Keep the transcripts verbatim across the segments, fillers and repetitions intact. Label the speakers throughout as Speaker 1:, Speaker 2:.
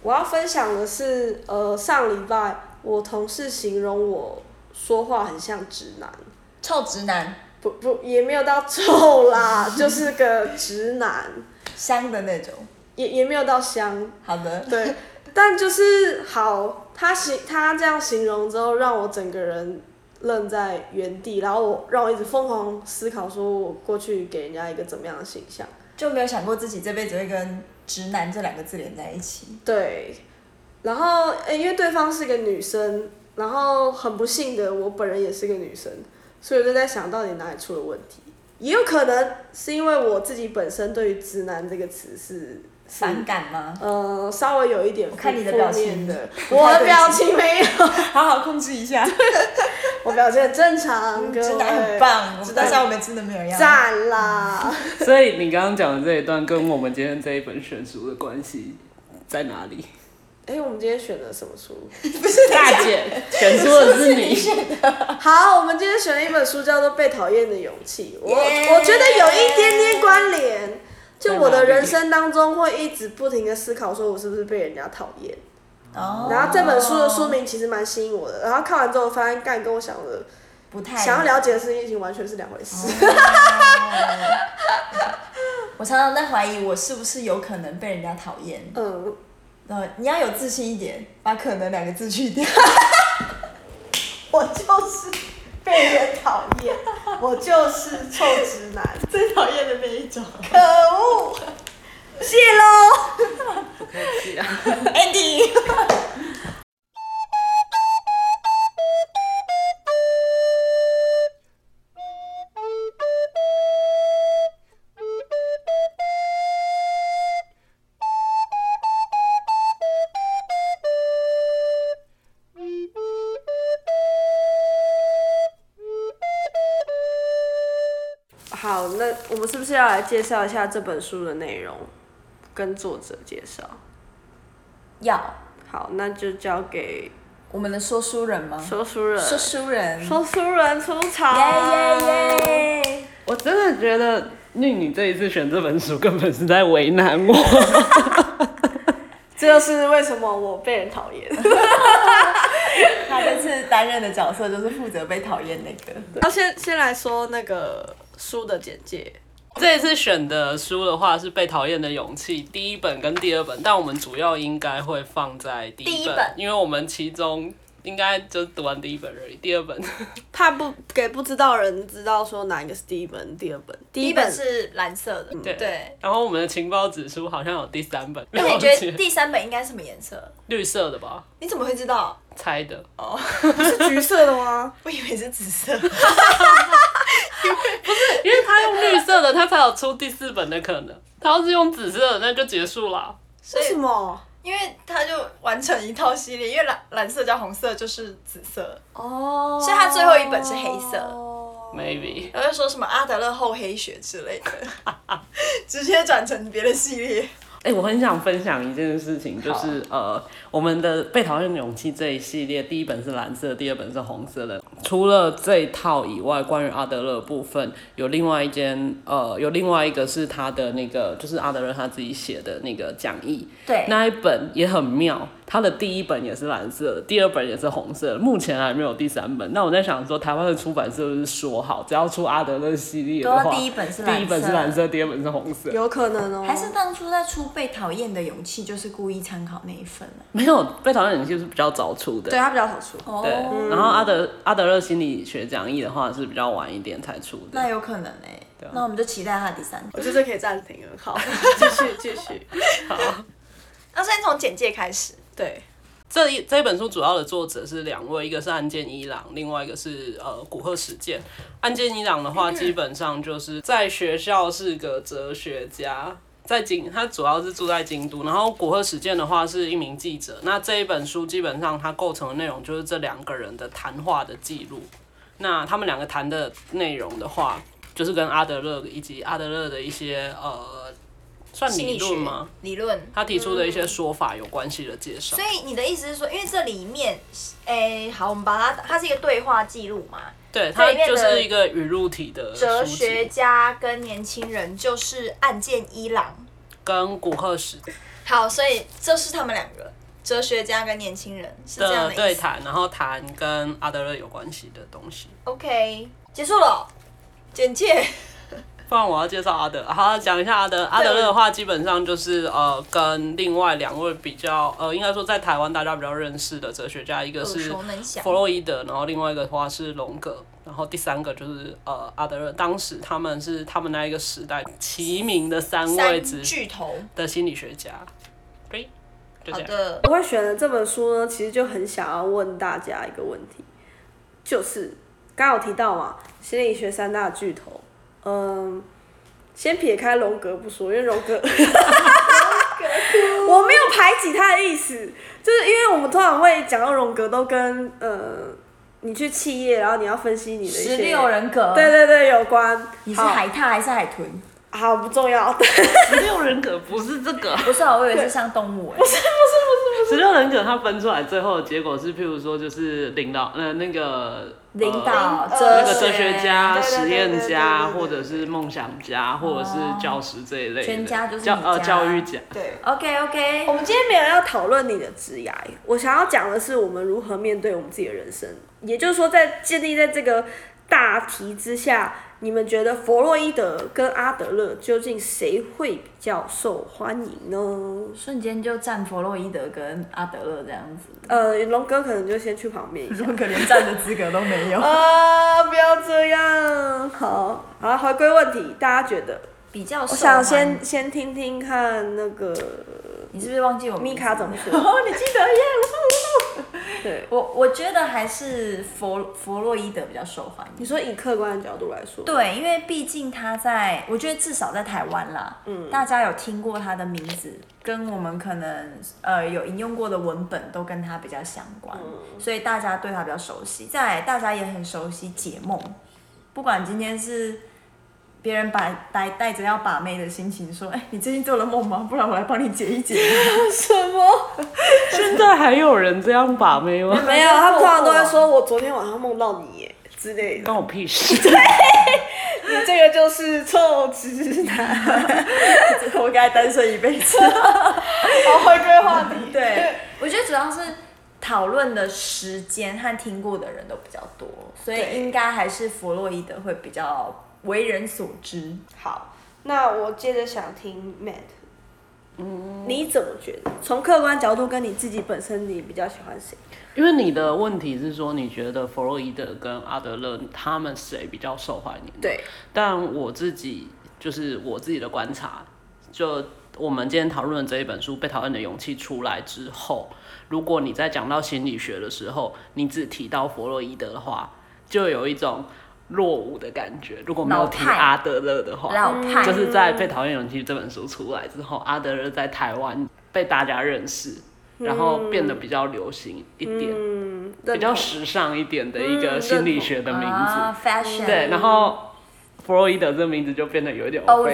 Speaker 1: 我要分享的是，呃，上礼拜我同事形容我说话很像直男，
Speaker 2: 臭直男。
Speaker 1: 不不，也没有到臭啦，就是个直男，
Speaker 2: 香的那种。
Speaker 1: 也也没有到香。
Speaker 2: 好的。
Speaker 1: 对，但就是好，他形他这样形容之后，让我整个人愣在原地，然后我让我一直疯狂思考，说我过去给人家一个怎么样的形象，
Speaker 2: 就没有想过自己这辈子会跟直男这两个字连在一起。
Speaker 1: 对，然后、欸、因为对方是个女生，然后很不幸的我本人也是个女生，所以我就在想到底哪里出了问题，也有可能是因为我自己本身对于直男这个词是
Speaker 2: 反感吗？
Speaker 1: 呃，稍微有一点负
Speaker 2: 我看你的表情
Speaker 1: 的，我的表情没有，
Speaker 2: 好好控制一下。
Speaker 1: 我表情很正常，各位
Speaker 2: 直男很棒，但是我们真的没有要
Speaker 1: 赞啦。
Speaker 3: 所以你刚刚讲的这一段跟我们今天这一本选书的关系在哪里？
Speaker 1: 哎、欸，我们今天选的什么书？
Speaker 2: 不是
Speaker 3: 大姐选书的是你
Speaker 2: 选的。
Speaker 1: 好，我们今天选了一本书，叫做《被讨厌的勇气》。我、yeah, 我觉得有一点点关联，就我的人生当中会一直不停的思考，说我是不是被人家讨厌。哦。然后这本书的书名其实蛮吸引我的，然后看完之后发现，干跟我想的
Speaker 2: 不太
Speaker 1: 想要了解的事情完全是两回事。
Speaker 2: 哦、我常常在怀疑，我是不是有可能被人家讨厌？嗯。呃，你要有自信一点，把“可能”两个字去掉。
Speaker 1: 我就是被人讨厌，我就是臭直男，
Speaker 2: 最讨厌的那一种。
Speaker 1: 可恶！谢喽。
Speaker 3: 不客气啊。
Speaker 2: Andy。
Speaker 1: 好，那我们是不是要来介绍一下这本书的内容，跟作者介绍？
Speaker 2: 要。
Speaker 1: 好，那就交给
Speaker 2: 我们的说书人吗？
Speaker 1: 说书人，
Speaker 2: 说书人，
Speaker 1: 说书人出场！
Speaker 2: 耶耶耶！
Speaker 3: 我真的觉得宁你这一次选这本书根本是在为难我。
Speaker 1: 这就是为什么我被人讨厌。
Speaker 2: 他这次担任的角色就是负责被讨厌那个。
Speaker 1: 那先先来说那个书的简介。
Speaker 3: 这一次选的书的话是《被讨厌的勇气》第一本跟第二本，但我们主要应该会放在第一本，
Speaker 2: 第一本
Speaker 3: 因为我们其中应该就读完第一本而已，第二本
Speaker 1: 怕不给不知道的人知道说哪一个是第一本，第二本。
Speaker 2: 第一本是蓝色的，
Speaker 3: 对
Speaker 2: 对。
Speaker 3: 然后我们的情报指出好像有第三本，
Speaker 2: 那你觉得第三本应该是什么颜色？
Speaker 3: 绿色的吧？
Speaker 2: 你怎么会知道？
Speaker 3: 猜的。
Speaker 2: 哦，
Speaker 1: 不是橘色的吗？
Speaker 2: 我以为是紫色。
Speaker 3: 不是，因为他用绿色的，他才有出第四本的可能。他要是用紫色的，那就结束啦。
Speaker 1: 为什么？
Speaker 2: 因为他就完成一套系列，因为蓝蓝色加红色就是紫色哦，所以他最后一本是黑色。
Speaker 3: Maybe。
Speaker 2: 然后就说什么阿德勒厚黑学之类的，直接转成别的系列。
Speaker 3: 哎、欸，我很想分享一件事情，就是呃，我们的《被讨厌的勇气》这一系列，第一本是蓝色，第二本是红色的。除了这一套以外，关于阿德勒的部分，有另外一间呃，有另外一个是他的那个，就是阿德勒他自己写的那个讲义。
Speaker 2: 对。
Speaker 3: 那一本也很妙，他的第一本也是蓝色的，第二本也是红色的，目前还没有第三本。那我在想说，台湾的出版社是不是说好，只要出阿德勒系列的话，
Speaker 2: 第一本是蓝色，
Speaker 3: 第一本是蓝色，第二本是红色。
Speaker 1: 有可能哦。
Speaker 2: 还是当初在出被讨厌的勇气，就是故意参考那一份呢？
Speaker 3: 没有，被讨厌的勇气是比较早出的。
Speaker 1: 对，他比较早出。
Speaker 3: 对，嗯、然后阿德阿德勒心理学讲义的话是比较晚一点才出的。
Speaker 2: 那有可能哎、欸。对、啊。那我们就期待他的第三本。
Speaker 1: 我觉得可以暂停了。好，继续继续。
Speaker 3: 好。
Speaker 2: 那先从简介开始。
Speaker 1: 对。
Speaker 3: 这一这一本书主要的作者是两位，一个是岸见一郎，另外一个是呃古贺史健。岸见一郎的话，基本上就是在学校是个哲学家，在京他主要是住在京都，然后古贺史健的话是一名记者。那这一本书基本上它构成的内容就是这两个人的谈话的记录。那他们两个谈的内容的话，就是跟阿德勒以及阿德勒的一些呃。算理论吗？
Speaker 2: 理论，
Speaker 3: 他提出的一些说法有关系的介绍。
Speaker 2: 所以你的意思是说，因为这里面，诶、欸，好，我们把它，它是一个对话记录嘛？
Speaker 3: 对，它就是一个语录体的
Speaker 2: 哲学家跟年轻人，就是岸见一郎
Speaker 3: 跟古贺史。
Speaker 2: 好，所以这是他们两个哲学家跟年轻人是这样的意思。
Speaker 3: 对谈，然后谈跟阿德勒有关系的东西。
Speaker 2: OK， 结束了，简介。
Speaker 3: 不然我要介绍阿德，好，讲一下阿德。阿德勒的话，基本上就是呃，跟另外两位比较呃，应该说在台湾大家比较认识的哲学家，一个是弗洛伊德，然后另外一个的话是荣格，然后第三个就是呃阿德勒。当时他们是他们那一个时代齐名的三位
Speaker 2: 巨头
Speaker 3: 的心理学家。对，就这样。
Speaker 2: 好的，
Speaker 1: 我会选的这本书呢，其实就很想要问大家一个问题，就是刚刚有提到嘛，心理学三大巨头。嗯，先撇开荣格不说，因为荣格，我没有排挤他的意思，就是因为我们通常会讲到荣格都跟呃，你去企业，然后你要分析你的一些
Speaker 2: 十六人格，
Speaker 1: 对对对，有关。
Speaker 2: 你是海獭还是海豚？
Speaker 1: 好，不重要。
Speaker 3: 十六人格不是这个，
Speaker 2: 不是啊，我以为是像动物。
Speaker 1: 不是不是不是不是。
Speaker 3: 十六人格它分出来最后的结果是，譬如说就是领导呃那个。
Speaker 2: 领导、
Speaker 3: 呃、那个哲学家、实验家，或者是梦想家，或者是教师这一类的。
Speaker 2: 全家就是
Speaker 3: 教呃教育家。
Speaker 1: 对
Speaker 2: ，OK OK。
Speaker 1: 我们今天没有要讨论你的职涯，我想要讲的是我们如何面对我们自己的人生。也就是说，在建立在这个大题之下，你们觉得弗洛伊德跟阿德勒究竟谁会比较受欢迎呢？
Speaker 2: 瞬间就站弗洛伊德跟阿德勒这样子。
Speaker 1: 呃，龙哥可能就先去旁边一下。
Speaker 2: 龙哥连站的资格都没有。
Speaker 1: 啊，不要这样。好，好，回归问题，大家觉得
Speaker 2: 比较受欢迎？
Speaker 1: 我想先先听听看那个。
Speaker 2: 你是不是忘记我
Speaker 1: 米卡怎么说？
Speaker 2: 哦，你记得耶！
Speaker 1: 对，
Speaker 2: 我我觉得还是弗弗洛伊德比较受欢迎。
Speaker 1: 你说以客观的角度来说，
Speaker 2: 对，因为毕竟他在，我觉得至少在台湾啦，嗯，大家有听过他的名字，跟我们可能呃有引用过的文本都跟他比较相关，嗯、所以大家对他比较熟悉。再来，大家也很熟悉解梦，不管今天是。别人把带带着要把妹的心情说：“哎、欸，你最近做了梦吗？不然我来帮你解一解。”
Speaker 1: 什么？
Speaker 3: 现在还有人这样把妹吗？
Speaker 1: 没有，他们通常都会说：“我昨天晚上梦到你耶之类的。”
Speaker 3: 关我屁事！
Speaker 1: 对，你这个就是臭直男，
Speaker 2: 活该单身一辈子。
Speaker 1: 好，回归话题。
Speaker 2: 对，我觉得主要是讨论的时间和听过的人都比较多，所以应该还是弗洛伊德会比较。为人所知。
Speaker 1: 好，那我接着想听 Matt， 嗯，你怎么觉得？从客观角度跟你自己本身，你比较喜欢谁？
Speaker 3: 因为你的问题是说，你觉得弗洛伊德跟阿德勒他们谁比较受欢迎？
Speaker 1: 对。
Speaker 3: 但我自己就是我自己的观察，就我们今天讨论的这一本书《被讨厌的勇气》出来之后，如果你在讲到心理学的时候，你只提到弗洛伊德的话，就有一种。落伍的感觉，如果没有提阿德勒的话，就是在《被讨厌勇气》这本书出来之后，阿德勒在台湾被大家认识，然后变得比较流行一点，嗯、比较时尚一点的一个心理学的名字。
Speaker 2: 啊 fashion
Speaker 3: 对，然后弗洛伊德这个名字就变得有一点
Speaker 2: old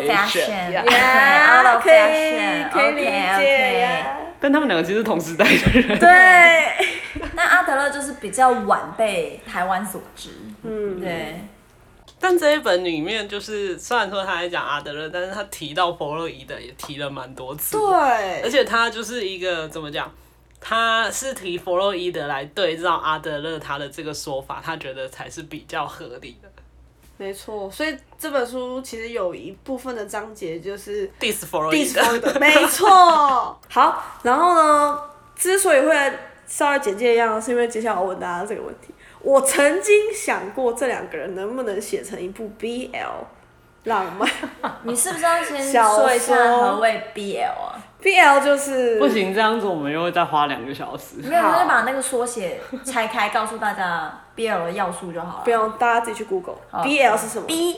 Speaker 2: fashion，out of fashion，
Speaker 1: 可以理解呀。
Speaker 3: 但他们两个其实是同时代的人。
Speaker 1: 对。
Speaker 2: 那阿德勒就是比较晚被台湾所知，嗯，对。
Speaker 3: 但这一本里面，就是虽然说他在讲阿德勒，但是他提到弗洛伊德也提了蛮多次。
Speaker 1: 对。
Speaker 3: 而且他就是一个怎么讲？他是提弗洛伊德来对照阿德勒他的这个说法，他觉得才是比较合理的。
Speaker 1: 没错，所以这本书其实有一部分的章节就是
Speaker 3: diss 弗洛伊德。
Speaker 1: 没错。好，然后呢，之所以会稍微简介一样，是因为接下来我问大家这个问题。我曾经想过这两个人能不能写成一部 B L 浪漫。
Speaker 2: 你是不是要先说一下何谓 B L 啊
Speaker 1: ？B L 就是
Speaker 3: 不行，这样子我们又会再花两个小时。
Speaker 2: 没有，就是把那个缩写拆开，告诉大家 B L 的要素就好了。
Speaker 1: 不用，大家自己去 Google。B L 是什么
Speaker 2: ？B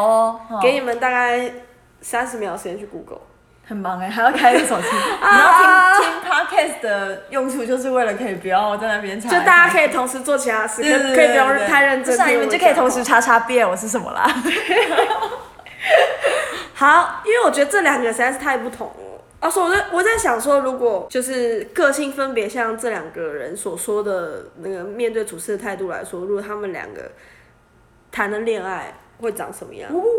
Speaker 2: L
Speaker 1: 给你们大概三十秒时间去 Google。
Speaker 2: 很忙哎、欸，还要开着手机。然后听听 podcast 的用处就是为了可以不要在那边查，
Speaker 1: 就大家可以同时做其他事，可可以不用太认真。
Speaker 2: 是啊，你们就可以同时查查 B L 是什么啦。
Speaker 1: 好，因为我觉得这两个实在是太不同了。啊，所以我在我在想说，如果就是个性分别像这两个人所说的那个面对处事的态度来说，如果他们两个谈的恋爱会长什么样？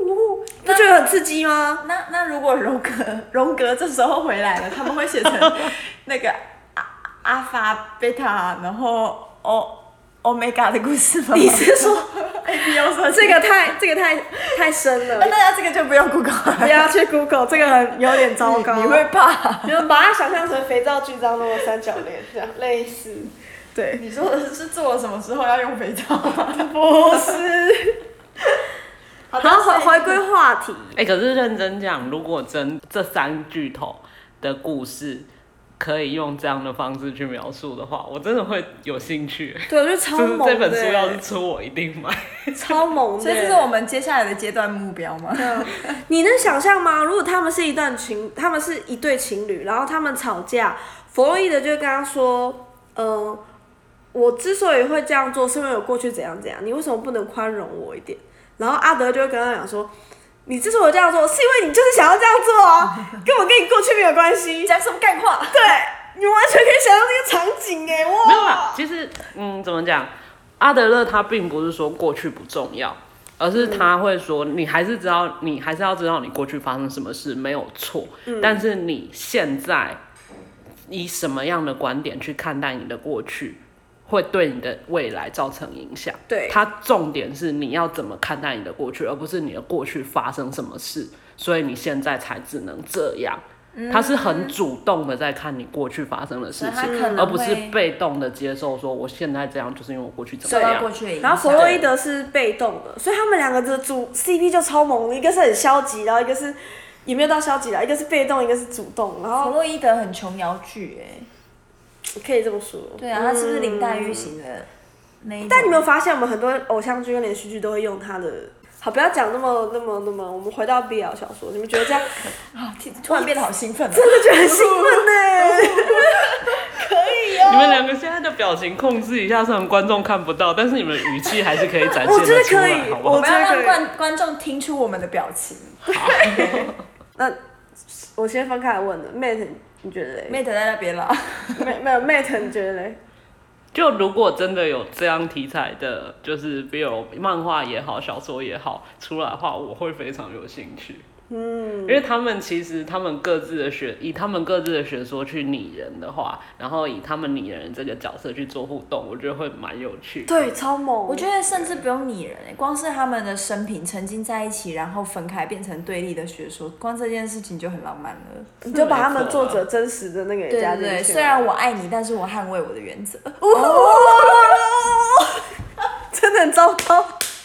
Speaker 1: 不觉得很刺激吗？
Speaker 2: 那那如果荣格荣格这时候回来了，他们会写成那个阿阿法贝塔，然后 O Omega 的故事吗？
Speaker 1: 你是说
Speaker 2: A B O 说
Speaker 1: 这个太这个太太深了
Speaker 2: 那，大家这个就不用 Google 了，
Speaker 1: 不要去 Google， 这个很有点糟糕。
Speaker 2: 你会怕？
Speaker 1: 就把它想象成肥皂剧章那种三角恋这样类似。对，
Speaker 2: 你说的是做了什么时候要用肥皂吗？
Speaker 1: 不是。好，回回归话题。
Speaker 3: 哎、欸，可是认真讲，如果真这三巨头的故事可以用这样的方式去描述的话，我真的会有兴趣。
Speaker 1: 对，我觉得超猛的。
Speaker 3: 这本书要是出，我一定买。
Speaker 1: 超猛的。
Speaker 2: 所以这是我们接下来的阶段目标吗？
Speaker 1: 你能想象吗？如果他们是一段情，他们是一对情侣，然后他们吵架，弗洛伊德就跟他说，呃，我之所以会这样做，是因为我过去怎样怎样，你为什么不能宽容我一点？然后阿德就会跟他讲说，你之所以这样做，是因为你就是想要这样做啊，跟我跟你过去没有关系。
Speaker 2: 讲什么干话？
Speaker 1: 对，你完全可以想象这个场景哎，哇！
Speaker 3: 没有啦，其实嗯，怎么讲？阿德勒他并不是说过去不重要，而是他会说，你还是知道，你还是要知道你过去发生什么事没有错，嗯、但是你现在以什么样的观点去看待你的过去，会对你的未来造成影响。
Speaker 1: 对，
Speaker 3: 它重点是你要怎么看待你的过去，而不是你的过去发生什么事，所以你现在才只能这样。他是很主动的在看你过去发生的事情，而不是被动的接受说我现在这样就是因为我过去怎么样。
Speaker 1: 然后弗洛伊德是被动的，所以他们两个的主 C P 就超猛的，一个是很消极，然后一个是也没有到消极啦，一个是被动，一个是主动。然后
Speaker 2: 弗洛伊德很琼瑶剧哎，
Speaker 1: 可以这么说。
Speaker 2: 对啊，他是不是林黛玉型的那一种？
Speaker 1: 但你有没有发现，我们很多偶像剧跟连续剧都会用他的。好，不要讲那么、那么、那么，我们回到 B L 小说，你们觉得这样
Speaker 2: 啊？突然变得好兴奋、啊，
Speaker 1: 真的觉得很兴奋呢。可以哦。
Speaker 3: 你们两个现在的表情控制一下，虽然观众看不到，但是你们的语气还是可以展现得出来。
Speaker 1: 我觉得可以，
Speaker 3: 好不好？
Speaker 2: 我们要让观观众听出我们的表情。
Speaker 1: 那我先分开来问了 ，Mate， 你觉得嘞
Speaker 2: ？Mate 在那边啦。
Speaker 1: 没没有 Mate， 你觉得嘞？
Speaker 3: 就如果真的有这样题材的，就是比如漫画也好，小说也好出来的话，我会非常有兴趣。嗯，因为他们其实他们各自的学，以他们各自的学说去拟人的话，然后以他们拟人这个角色去做互动，我觉得会蛮有趣的。
Speaker 1: 对，超猛！
Speaker 2: 我觉得甚至不用拟人、欸，光是他们的生平曾经在一起，然后分开变成对立的学说，光这件事情就很浪漫了。
Speaker 1: 你就把他们作者真实的那个也加进去。
Speaker 2: 对对对，虽然我爱你，但是我捍卫我的原则。
Speaker 1: 哦，真的很糟糕。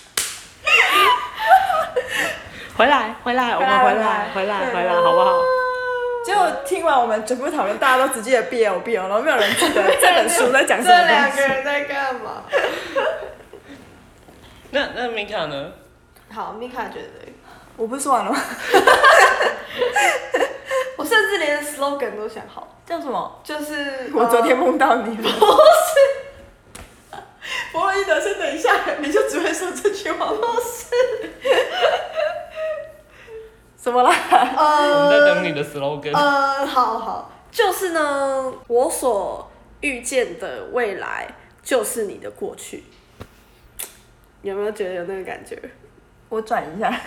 Speaker 3: 回来，回来，我们回来，回来，回来，好不好？
Speaker 2: 结果听完我们全部讨论，大家都只记得 B L B L， 然后没有人记得这本书在讲什么东西。
Speaker 1: 这两个人在干嘛？
Speaker 3: 那那米卡呢？
Speaker 1: 好，米卡觉得，
Speaker 2: 我不是说完了吗？
Speaker 1: 我甚至连 slogan 都想好，
Speaker 2: 叫什么？
Speaker 1: 就是
Speaker 2: 我昨天梦到你了。
Speaker 1: 不是。
Speaker 2: 弗洛伊德，先等一下，你就只会说这句话。
Speaker 1: 不是。
Speaker 2: 怎么啦？
Speaker 1: 呃，
Speaker 3: 我们在等你的 slogan。
Speaker 1: 呃，好好，就是呢，我所预见的未来就是你的过去。有没有觉得有那个感觉？
Speaker 2: 我转一下。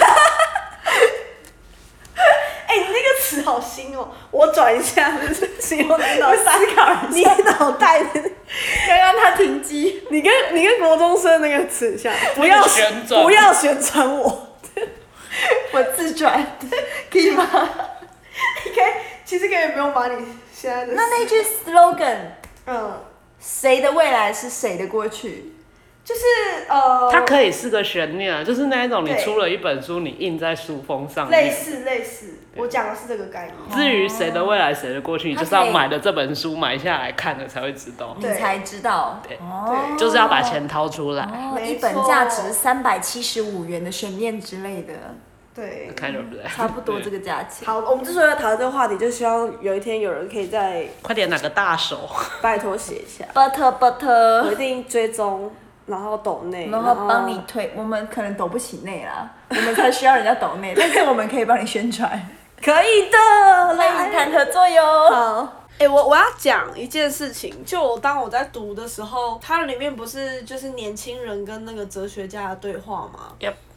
Speaker 1: 哎、欸，你那个词好新哦！我转一下，形容你脑袋，你脑袋的。
Speaker 2: 刚刚他停机，
Speaker 1: 你跟你跟国中生那个词像，不要
Speaker 3: 旋转，
Speaker 1: 不要旋转我。
Speaker 2: 我自转，可以吗？
Speaker 1: 你可以，其实可以不用把你现在的。
Speaker 2: 那那句 slogan，
Speaker 1: 嗯，
Speaker 2: 谁的未来是谁的过去？
Speaker 1: 就是呃，
Speaker 3: 它可以是个悬念啊，就是那一种你出了一本书，你印在书封上面，
Speaker 1: 类似类似，我讲的是这个概念。
Speaker 3: 至于谁的未来谁的过去，你就是要买了这本书买下来看了才会知道，
Speaker 2: 你才知道，
Speaker 3: 对，
Speaker 2: 哦，
Speaker 3: 就是要把钱掏出来，
Speaker 2: 哦，一本价值三百七十五元的悬念之类的。
Speaker 1: 对，
Speaker 3: 看对不对？
Speaker 2: 差不多这个价钱。
Speaker 1: 好，我们之所以要讨论这个话题，就希望有一天有人可以在
Speaker 3: 快点拿个大手，
Speaker 1: 拜托写一下
Speaker 2: ，butter butter，
Speaker 1: 我一定追踪，然后抖内，
Speaker 2: 然后帮你推。我们可能抖不起内啦，我们才需要人家抖内，但是我们可以帮你宣传，
Speaker 1: 可以的，
Speaker 2: 欢迎谈合作哟。
Speaker 1: 好。哎、欸，我我要讲一件事情，就我当我在读的时候，它里面不是就是年轻人跟那个哲学家的对话吗？
Speaker 3: Yep.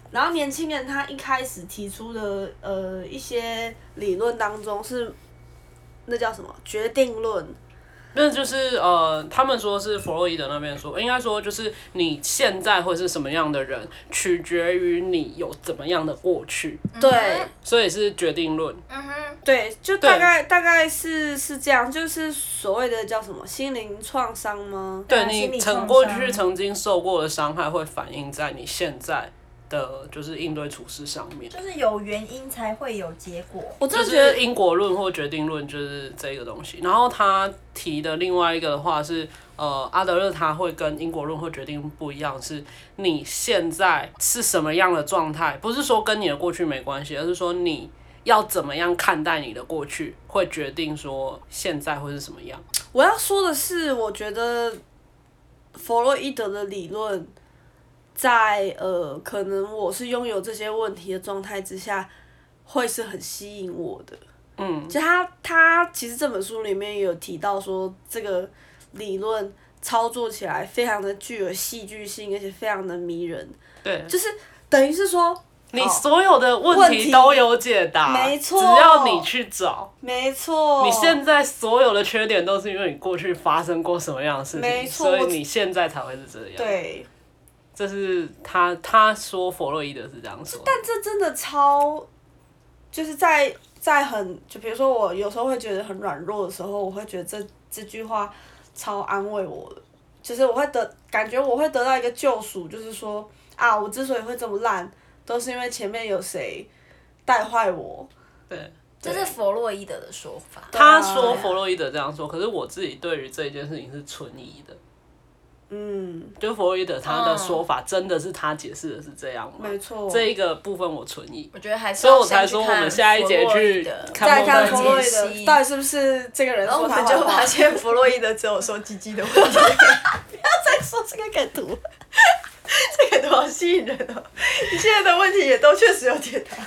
Speaker 1: 然后年轻人他一开始提出的呃一些理论当中是，那叫什么决定论？
Speaker 3: 那就是呃，他们说是弗洛伊德那边说，应该说就是你现在会是什么样的人，取决于你有怎么样的过去。
Speaker 1: 对，
Speaker 3: 所以是决定论。
Speaker 2: 嗯哼，
Speaker 1: 对，就大概大概是是这样，就是所谓的叫什么心灵创伤吗？
Speaker 3: 对
Speaker 2: 啊心理
Speaker 3: 你曾
Speaker 2: 创伤
Speaker 3: 过去曾经受过的伤害，会反映在你现在的就是应对处事上面。
Speaker 2: 就是有原因才会有结果。
Speaker 1: 我真
Speaker 3: 就
Speaker 1: 的觉得
Speaker 3: 是因果论或决定论就是这个东西。然后他提的另外一个的话是，呃，阿德勒他会跟因果论或决定论不一样，是你现在是什么样的状态，不是说跟你的过去没关系，而是说你要怎么样看待你的过去，会决定说现在会是什么样。
Speaker 1: 我要说的是，我觉得弗洛伊德的理论在呃，可能我是拥有这些问题的状态之下，会是很吸引我的。
Speaker 3: 嗯，
Speaker 1: 就他他其实这本书里面也有提到说，这个理论操作起来非常的具有戏剧性，而且非常的迷人。
Speaker 3: 对，
Speaker 1: 就是等于是说，
Speaker 3: 你所有的问
Speaker 1: 问题
Speaker 3: 题都有解答，
Speaker 1: 没错
Speaker 3: 只要你去找。
Speaker 1: 没错，
Speaker 3: 你现在所有的缺点都是因为你过去发生过什么样的事情，
Speaker 1: 没错
Speaker 3: 所以你现在才会是这样。
Speaker 1: 对，
Speaker 3: 这是他他说弗洛伊德是这样说的。
Speaker 1: 但这真的超，就是在在很就比如说我有时候会觉得很软弱的时候，我会觉得这这句话超安慰我的，就是我会得感觉我会得到一个救赎，就是说啊，我之所以会这么烂，都是因为前面有谁带坏我。
Speaker 3: 对，
Speaker 2: 这是弗洛伊德的说法。
Speaker 3: 他说弗洛伊德这样说，可是我自己对于这一件事情是存疑的。
Speaker 1: 嗯，
Speaker 3: 就弗洛伊德他的说法真的是他解释的是这样吗？
Speaker 1: 没错。
Speaker 3: 这一个部分我存疑，
Speaker 2: 我觉得还是
Speaker 3: 所以我
Speaker 2: 要
Speaker 3: 才说我
Speaker 2: 先去看
Speaker 3: 们下一节去
Speaker 2: 弗洛伊德
Speaker 3: 看
Speaker 1: 再看
Speaker 3: 梦的
Speaker 1: 弗洛伊
Speaker 2: 解析
Speaker 1: 德到底是不是这个人
Speaker 2: 然后我
Speaker 1: 说他坏话
Speaker 2: 们就发现弗洛伊德只有说鸡鸡的问题。
Speaker 1: 再说这个梗图，
Speaker 2: 这个多好吸引人哦！你现在的问题也都确实有解答。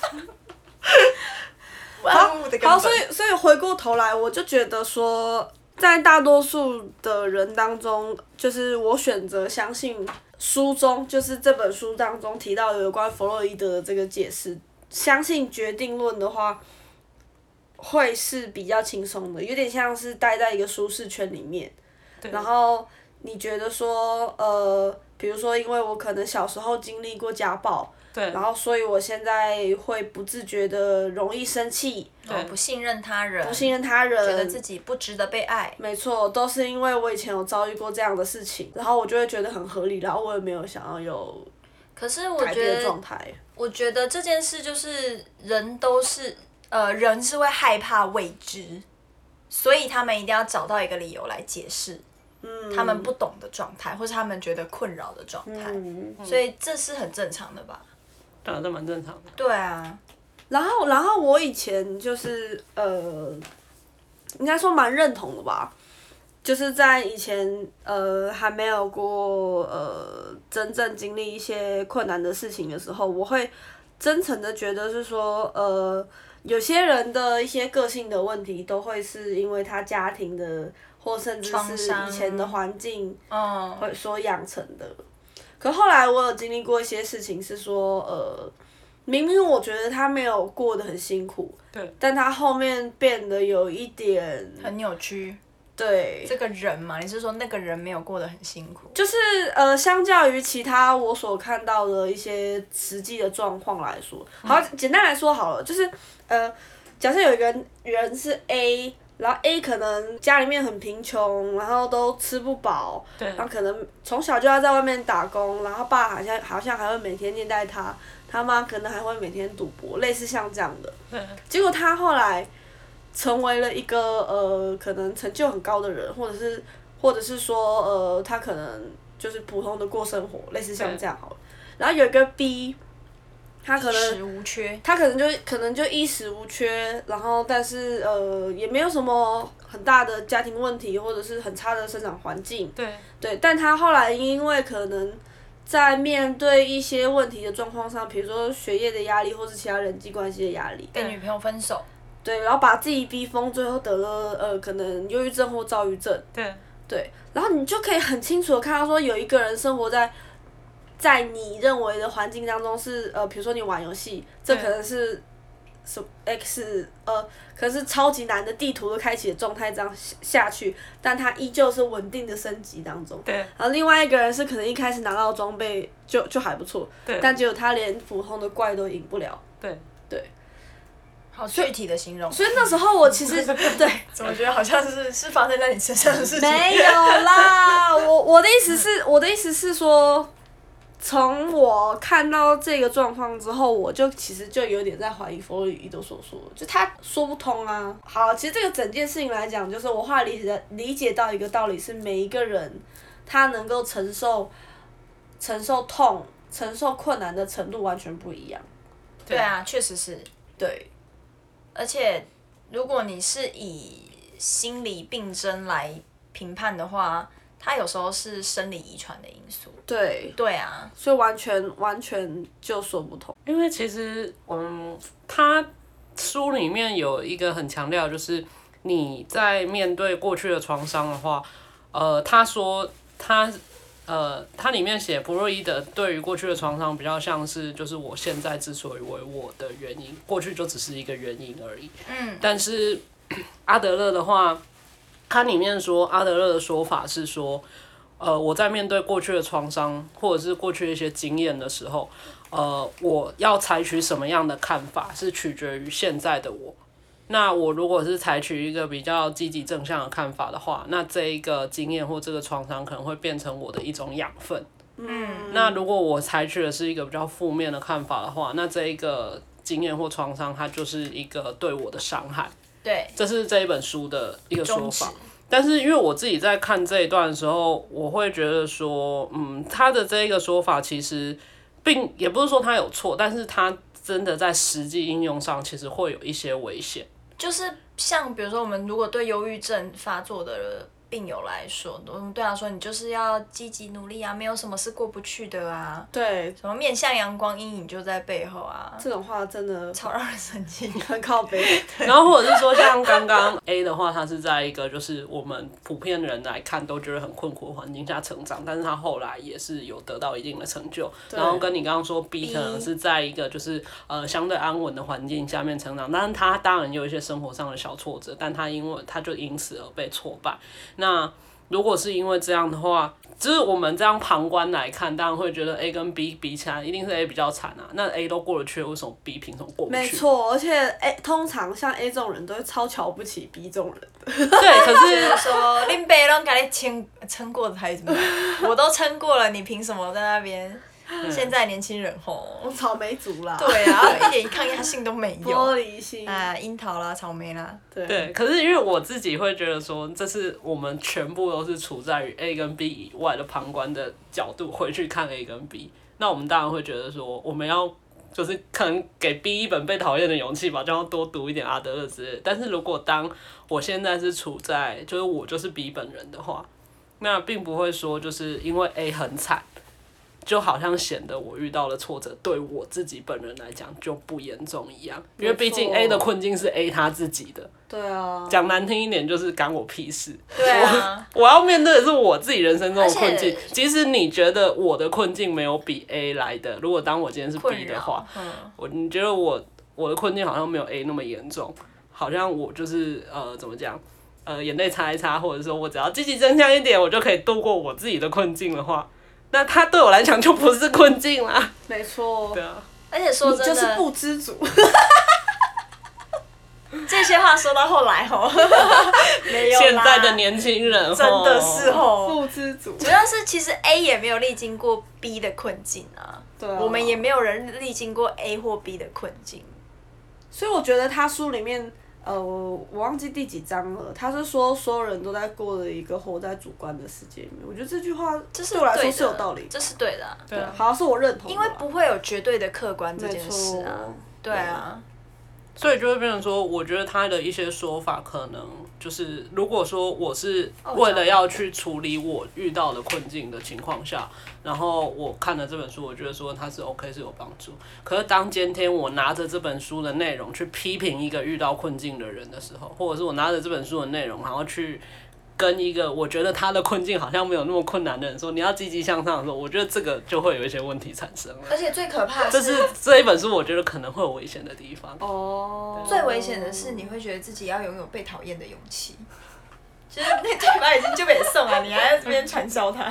Speaker 2: 万物的根本
Speaker 1: 好，所以所以回过头来，我就觉得说，在大多数的人当中，就是我选择相信书中，就是这本书当中提到有关弗洛伊德的这个解释，相信决定论的话，会是比较轻松的，有点像是待在一个舒适圈里面，然后你觉得说，呃，比如说，因为我可能小时候经历过家暴。
Speaker 3: 对，
Speaker 1: 然后，所以我现在会不自觉的容易生气，
Speaker 2: 哦不信任他人，
Speaker 1: 不信任他人，
Speaker 2: 觉得自己不值得被爱。
Speaker 1: 没错，都是因为我以前有遭遇过这样的事情，然后我就会觉得很合理，然后我也没有想要有
Speaker 2: 可是我
Speaker 1: 改变的
Speaker 2: 觉得
Speaker 1: 状态。
Speaker 2: 我觉得这件事就是人都是呃人是会害怕未知，所以他们一定要找到一个理由来解释。
Speaker 1: 嗯，
Speaker 2: 他们不懂的状态，或是他们觉得困扰的状态，
Speaker 1: 嗯，
Speaker 2: 所以这是很正常的吧？
Speaker 3: 对啊，这蛮正常的。
Speaker 2: 对啊，
Speaker 1: 然后，然后我以前就是呃，应该说蛮认同的吧，就是在以前呃还没有过呃真正经历一些困难的事情的时候，我会真诚的觉得是说呃有些人的一些个性的问题，都会是因为他家庭的或甚至是
Speaker 2: 创伤
Speaker 1: 以前的环境
Speaker 2: 嗯，
Speaker 1: 会所养成的。可后来我有经历过一些事情，是说呃。明明我觉得他没有过得很辛苦，
Speaker 3: 对，
Speaker 1: 但他后面变得有一点，
Speaker 2: 很扭曲。
Speaker 1: 对，
Speaker 2: 这个人嘛，你是说那个人没有过得很辛苦？
Speaker 1: 就是呃，相较于其他我所看到的一些实际的状况来说，好，简单来说好了，就是呃，假设有一个人是 A。然后 A 可能家里面很贫穷，然后都吃不饱，然后可能从小就要在外面打工，然后爸好像好像还会每天虐待他，他妈可能还会每天赌博，类似像这样的。结果他后来成为了一个呃可能成就很高的人，或者是或者是说呃他可能就是普通的过生活，类似像这样好了。然后有一个 B。他可能
Speaker 2: 衣食无缺，
Speaker 1: 他可能就可能就衣食无缺，然后但是呃也没有什么很大的家庭问题，或者是很差的生长环境。
Speaker 3: 对。
Speaker 1: 对，但他后来因为可能在面对一些问题的状况上，比如说学业的压力，或是其他人际关系的压力，
Speaker 2: 跟女朋友分手。
Speaker 1: 对，然后把自己逼疯，最后得了呃可能忧郁症或躁郁症。
Speaker 3: 对。
Speaker 1: 对，然后你就可以很清楚的看到说，有一个人生活在在你认为的环境当中是呃，比如说你玩游戏，这可能是什 X 呃，可能是超级难的地图的开启的状态这样下去，但它依旧是稳定的升级当中。
Speaker 3: 对。
Speaker 1: 然后另外一个人是可能一开始拿到装备就就还不错，
Speaker 3: 对。
Speaker 1: 但结果他连普通的怪都赢不了。
Speaker 3: 对。
Speaker 1: 对。
Speaker 2: 好具体的形容。
Speaker 1: 所以那时候我其实对，
Speaker 2: 怎么觉得好像是是发生在你身上的事情？
Speaker 1: 没有啦，我我的意思是，我的意思是说，从我看到这个状况之后，我就其实就有点在怀疑弗洛伊德所说的，就他说不通啊。好，其实这个整件事情来讲，就是我后来理解理解到一个道理是，每一个人他能够承受承受痛、承受困难的程度完全不一样。
Speaker 2: 对啊，确实是。
Speaker 1: 对。
Speaker 2: 而且，如果你是以心理病症来评判的话，它有时候是生理遗传的因素。
Speaker 1: 对。
Speaker 2: 对啊。
Speaker 1: 所以完全完全就说不通。
Speaker 3: 因为其实，嗯，他书里面有一个很强调，就是你在面对过去的创伤的话，呃，他说他。呃，它里面写弗洛伊德对于过去的创伤比较像是，就是我现在之所以为我的原因，过去就只是一个原因而已。
Speaker 2: 嗯。
Speaker 3: 但是阿德勒的话，它里面说阿德勒的说法是说，呃，我在面对过去的创伤或者是过去的一些经验的时候，呃，我要采取什么样的看法是取决于现在的我。那我如果是采取一个比较积极正向的看法的话，那这一个经验或这个创伤可能会变成我的一种养分。
Speaker 2: 嗯。
Speaker 3: 那如果我采取的是一个比较负面的看法的话，那这一个经验或创伤它就是一个对我的伤害。
Speaker 2: 对。
Speaker 3: 这是这一本书的一个说法。但是因为我自己在看这一段的时候，我会觉得说，嗯，他的这一个说法其实并也不是说他有错，但是他真的在实际应用上其实会有一些危险。
Speaker 2: 就是像比如说，我们如果对忧郁症发作的病友来说，我们对他说，你就是要积极努力啊，没有什么是过不去的啊。
Speaker 1: 对。
Speaker 2: 什么面向阳光，阴影就在背后啊。
Speaker 1: 这种话真的
Speaker 2: 超让人生气，
Speaker 1: 很靠北。
Speaker 3: 然后或者是说，像刚刚 A 的话，他是在一个就是我们普遍人来看都觉得很困苦的环境下成长，但是他后来也是有得到一定的成就。然后跟你刚刚说 B 可能是在一个就是呃相对安稳的环境下面成长，但是他当然有一些生活上的小挫折，但他因为他就因此而被挫败。那如果是因为这样的话，就是我们这样旁观来看，当然会觉得 A 跟 B 比起来，一定是 A 比较惨啊。那 A 都过得去，为什么 B 凭什么过不去？
Speaker 1: 没错，而且 A 通常像 A 这种人都会超瞧不起 B 这种人的。
Speaker 3: 对，可是
Speaker 2: 说恁爸拢给你撑撑过的孩子们，我都撑过了，你凭什么在那边？现在年轻人吼，
Speaker 1: 草莓族啦。
Speaker 2: 对啊，一点抗压性都没有。
Speaker 1: 玻璃心。
Speaker 2: 啊，樱桃啦，草莓啦。
Speaker 1: 对。
Speaker 3: 对，可是因为我自己会觉得说，这是我们全部都是处在于 A 跟 B 以外的旁观的角度回去看 A 跟 B， 那我们当然会觉得说，我们要就是可能给 B 一本被讨厌的勇气吧，就要多读一点阿德勒之类的。但是如果当我现在是处在就是我就是 B 本人的话，那并不会说就是因为 A 很惨。就好像显得我遇到的挫折对我自己本人来讲就不严重一样，因为毕竟 A 的困境是 A 他自己的。
Speaker 1: 对啊。
Speaker 3: 讲难听一点就是干我屁事。
Speaker 2: 对啊。
Speaker 3: 我, 我要面对的是我自己人生中的困境。即使你觉得我的困境没有比 A 来的，如果当我今天是 B 的话，
Speaker 2: 嗯、
Speaker 3: 我你觉得我我的困境好像没有 A 那么严重，好像我就是呃怎么讲？呃，眼泪擦一擦，或者说我只要积极正向一点，我就可以度过我自己的困境的话。那他对我来讲就不是困境啦。
Speaker 1: 没错。
Speaker 3: 对啊。
Speaker 2: 而且说真的，
Speaker 1: 你就是不知足。
Speaker 2: 这些话说到后来吼，没有啦。
Speaker 3: 现在的年轻人
Speaker 2: 真的是吼
Speaker 1: 不知足。
Speaker 2: 主要是其实 A 也没有历经过 B 的困境啊。
Speaker 1: 对啊。
Speaker 2: 我们也没有人历经过 A 或 B 的困境。
Speaker 1: 所以我觉得他书里面。呃，我我忘记第几章了。他是说所有人都在过了一个活在主观的世界里面。我觉得这句话对我来说是有道理的。
Speaker 2: 这是对的、啊。
Speaker 1: 对，好像是我认同的。
Speaker 2: 因为不会有绝对的客观这件事啊。对啊。
Speaker 3: 所以就会变成说，我觉得他的一些说法可能就是，如果说我是为了要去处理我遇到的困境的情况下，然后我看了这本书，我觉得说它是 OK 是有帮助。可是当今天我拿着这本书的内容去批评一个遇到困境的人的时候，或者是我拿着这本书的内容，然后去跟一个我觉得他的困境好像没有那么困难的人说你要积极向上的时候，我觉得这个就会有一些问题产生了。
Speaker 2: 而且最可怕的
Speaker 3: 这是这一本书我觉得可能会有危险的地方。
Speaker 1: 哦，
Speaker 2: 最危险的是你会觉得自己要拥有被讨厌的勇气。就是那对方已经就被送了，你还在这边传销他。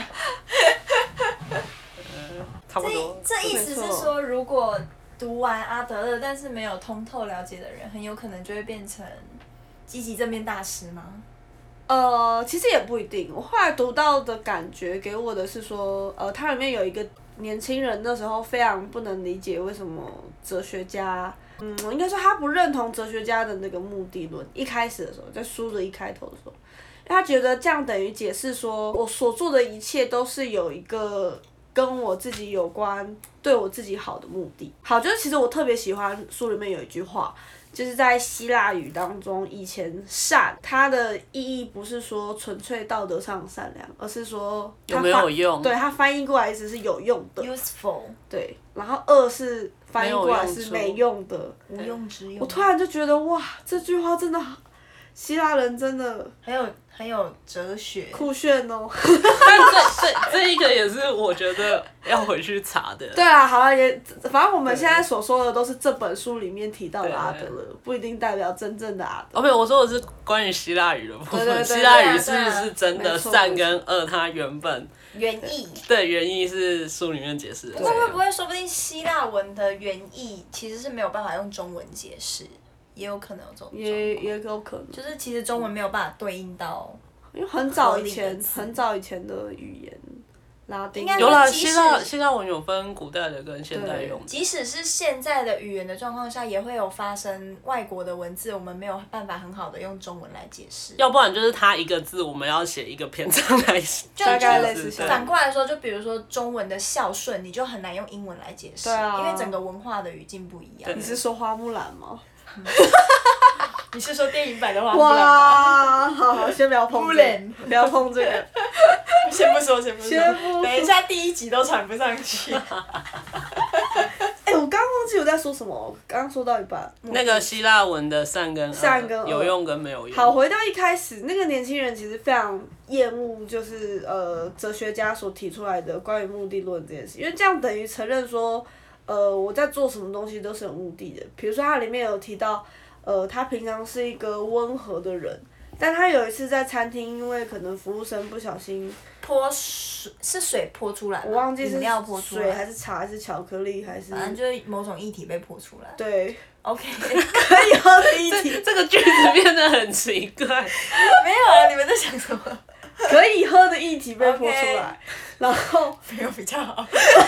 Speaker 3: 差不多。
Speaker 2: 这这意思是说，如果读完阿德勒，但是没有通透了解的人，很有可能就会变成积极正面大师吗？
Speaker 1: 呃，其实也不一定。我后来读到的感觉给我的是说，呃，它里面有一个年轻人那时候非常不能理解为什么哲学家，嗯，应该说他不认同哲学家的那个目的论。一开始的时候，在书的一开头的时候，因为他觉得这样等于解释说我所做的一切都是有一个跟我自己有关、对我自己好的目的。好，就是其实我特别喜欢书里面有一句话。就是在希腊语当中，以前善它的意义不是说纯粹道德上善良，而是说
Speaker 3: 有没有用？
Speaker 1: 对，它翻译过来意思是有用的
Speaker 2: ，useful。
Speaker 1: 对，然后恶是翻译过来是没用的，
Speaker 2: 无用之用。
Speaker 1: 我突然就觉得哇，这句话真的好，希腊人真的
Speaker 2: 很有很有哲学，
Speaker 1: 酷炫哦。
Speaker 3: 但这这这一个也是我觉得要回去查的。
Speaker 1: 对啊，好了，也反正我们现在所说的都是这本书里面提到的阿德勒，不一定代表真正的阿德勒。
Speaker 3: 哦，没有，我说的是关于希腊语的部分。
Speaker 1: 对对对
Speaker 3: 希腊语是
Speaker 2: 对啊对啊
Speaker 3: 是真的
Speaker 1: 没错
Speaker 3: 善跟恶，它原本
Speaker 2: 原意。
Speaker 3: 对原意是书里面解释的。
Speaker 2: 不过会不会说不定希腊文的原意其实是没有办法用中文解释，也有可能有这种状况。
Speaker 1: 也也有可能，
Speaker 2: 就是其实中文没有办法对应到。
Speaker 1: 因为很早以前
Speaker 2: 合理的字
Speaker 1: 很早以前的语言，拉丁
Speaker 2: 应该
Speaker 3: 有啦，
Speaker 2: 即使
Speaker 3: 希腊希腊文有分古代的跟现代用的。
Speaker 2: 即使是现在的语言的状况下，也会有发生外国的文字，我们没有办法很好的用中文来解释。
Speaker 3: 要不然就是它一个字，我们要写一个篇章来写。
Speaker 2: 就
Speaker 1: 大概
Speaker 2: 就
Speaker 1: 类似像
Speaker 2: 反过来说，就比如说中文的孝顺，你就很难用英文来解释，
Speaker 1: 对啊
Speaker 2: 因为整个文化的语境不一样。
Speaker 1: 你是说花木兰吗？
Speaker 2: 你是说电影版的花木兰吗？
Speaker 1: 哇，好好，先不要碰这个，不要碰这个。
Speaker 2: 先不说，先不说，
Speaker 1: 先不说
Speaker 2: 等一下第一集都传不上去。
Speaker 1: 哎、我刚刚忘记我在说什么，我刚刚说到一半。
Speaker 3: 那个希腊文的善跟恶
Speaker 1: 善跟恶
Speaker 3: 有用跟没有用。
Speaker 1: 好，回到一开始，那个年轻人其实非常厌恶，就是呃哲学家所提出来的关于目的论这件事，因为这样等于承认说，呃我在做什么东西都是有目的的。比如说它里面有提到，呃他平常是一个温和的人，但他有一次在餐厅，因为可能服务生不小心
Speaker 2: 泼水是水泼出来吗，
Speaker 1: 我忘记是
Speaker 2: 饮料泼出
Speaker 1: 水还
Speaker 2: 来，
Speaker 1: 是茶还是巧克力还是
Speaker 2: 反正就是某种液体被泼出来。
Speaker 1: 对
Speaker 2: OK，
Speaker 1: 可以喝的一体，
Speaker 3: 这个句子变得很奇怪。
Speaker 2: 没有啊，你们在想什么？
Speaker 1: 可以喝的液体被泼出来
Speaker 2: OK
Speaker 1: 然后
Speaker 2: 没有比较好。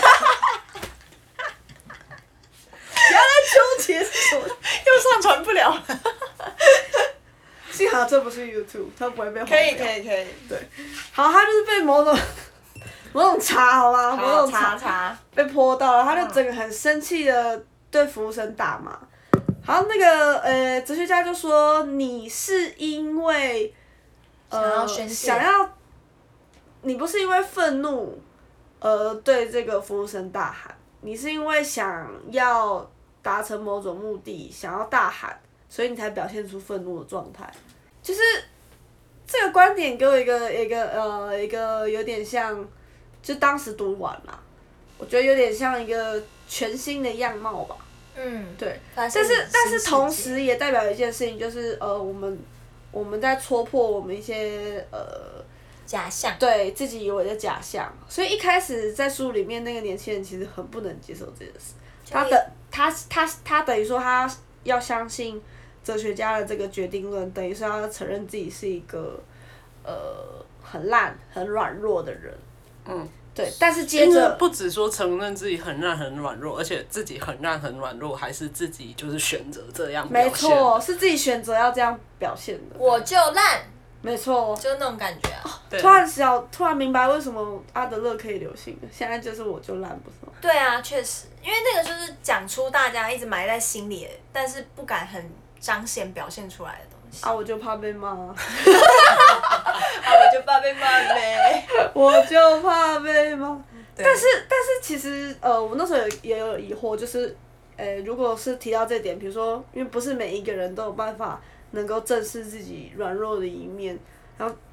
Speaker 1: 不要再纠结是什么，
Speaker 2: 又上传不了了。
Speaker 1: 幸好这不是 YouTube，它不会被黄
Speaker 2: 可以
Speaker 1: 标
Speaker 2: 可以可以。
Speaker 1: 好，他就是被某种某种茶好吗？某
Speaker 2: 好，
Speaker 1: 种
Speaker 2: 查查。
Speaker 1: 被泼到了，他就整个很生气的对服务生大骂。好，那个呃，哲学家就说你是因为
Speaker 2: 想要
Speaker 1: 呃
Speaker 2: 宣泄
Speaker 1: 想要，你不是因为愤怒而对这个服务生大喊，你是因为想要达成某种目的，想要大喊，所以你才表现出愤怒的状态。就是这个观点给我一个一个呃一个有点像，就当时读完啦，我觉得有点像一个全新的样貌吧。
Speaker 2: 嗯，
Speaker 1: 对，
Speaker 2: 但
Speaker 1: 但是但是同时也代表一件事情，就是呃我们我们在戳破我们一些呃
Speaker 2: 假象。
Speaker 1: 对自己以为的假象，所以一开始在书里面那个年轻人其实很不能接受这件事，他的他他他等于说他要相信哲学家的这个决定论，等于说要承认自己是一个呃很烂很软弱的人。
Speaker 3: 嗯，
Speaker 1: 对，但是接着
Speaker 3: 不只说承认自己很烂很软弱，而且自己很烂很软弱，还是自己就是选择这样表
Speaker 1: 没
Speaker 3: 现。
Speaker 1: 错，是自己选择要这样表现的。
Speaker 2: 我就烂，
Speaker 1: 没错，
Speaker 2: 就那种感觉啊。
Speaker 3: 对
Speaker 1: 突然小突然明白为什么阿德勒可以流行了，现在就是我就烂，不是吗？
Speaker 2: 对啊，确实，因为那个就是讲出大家一直埋在心里，但是不敢很彰显表现出来的东西。
Speaker 1: 啊，我就怕被骂，
Speaker 2: 啊，我就怕被骂呗。
Speaker 1: 我就怕被骂。
Speaker 2: 对
Speaker 1: 但是但是其实呃，我那时候有也有疑惑，就是呃，如果是提到这点，比如说，因为不是每一个人都有办法能够正视自己软弱的一面，然后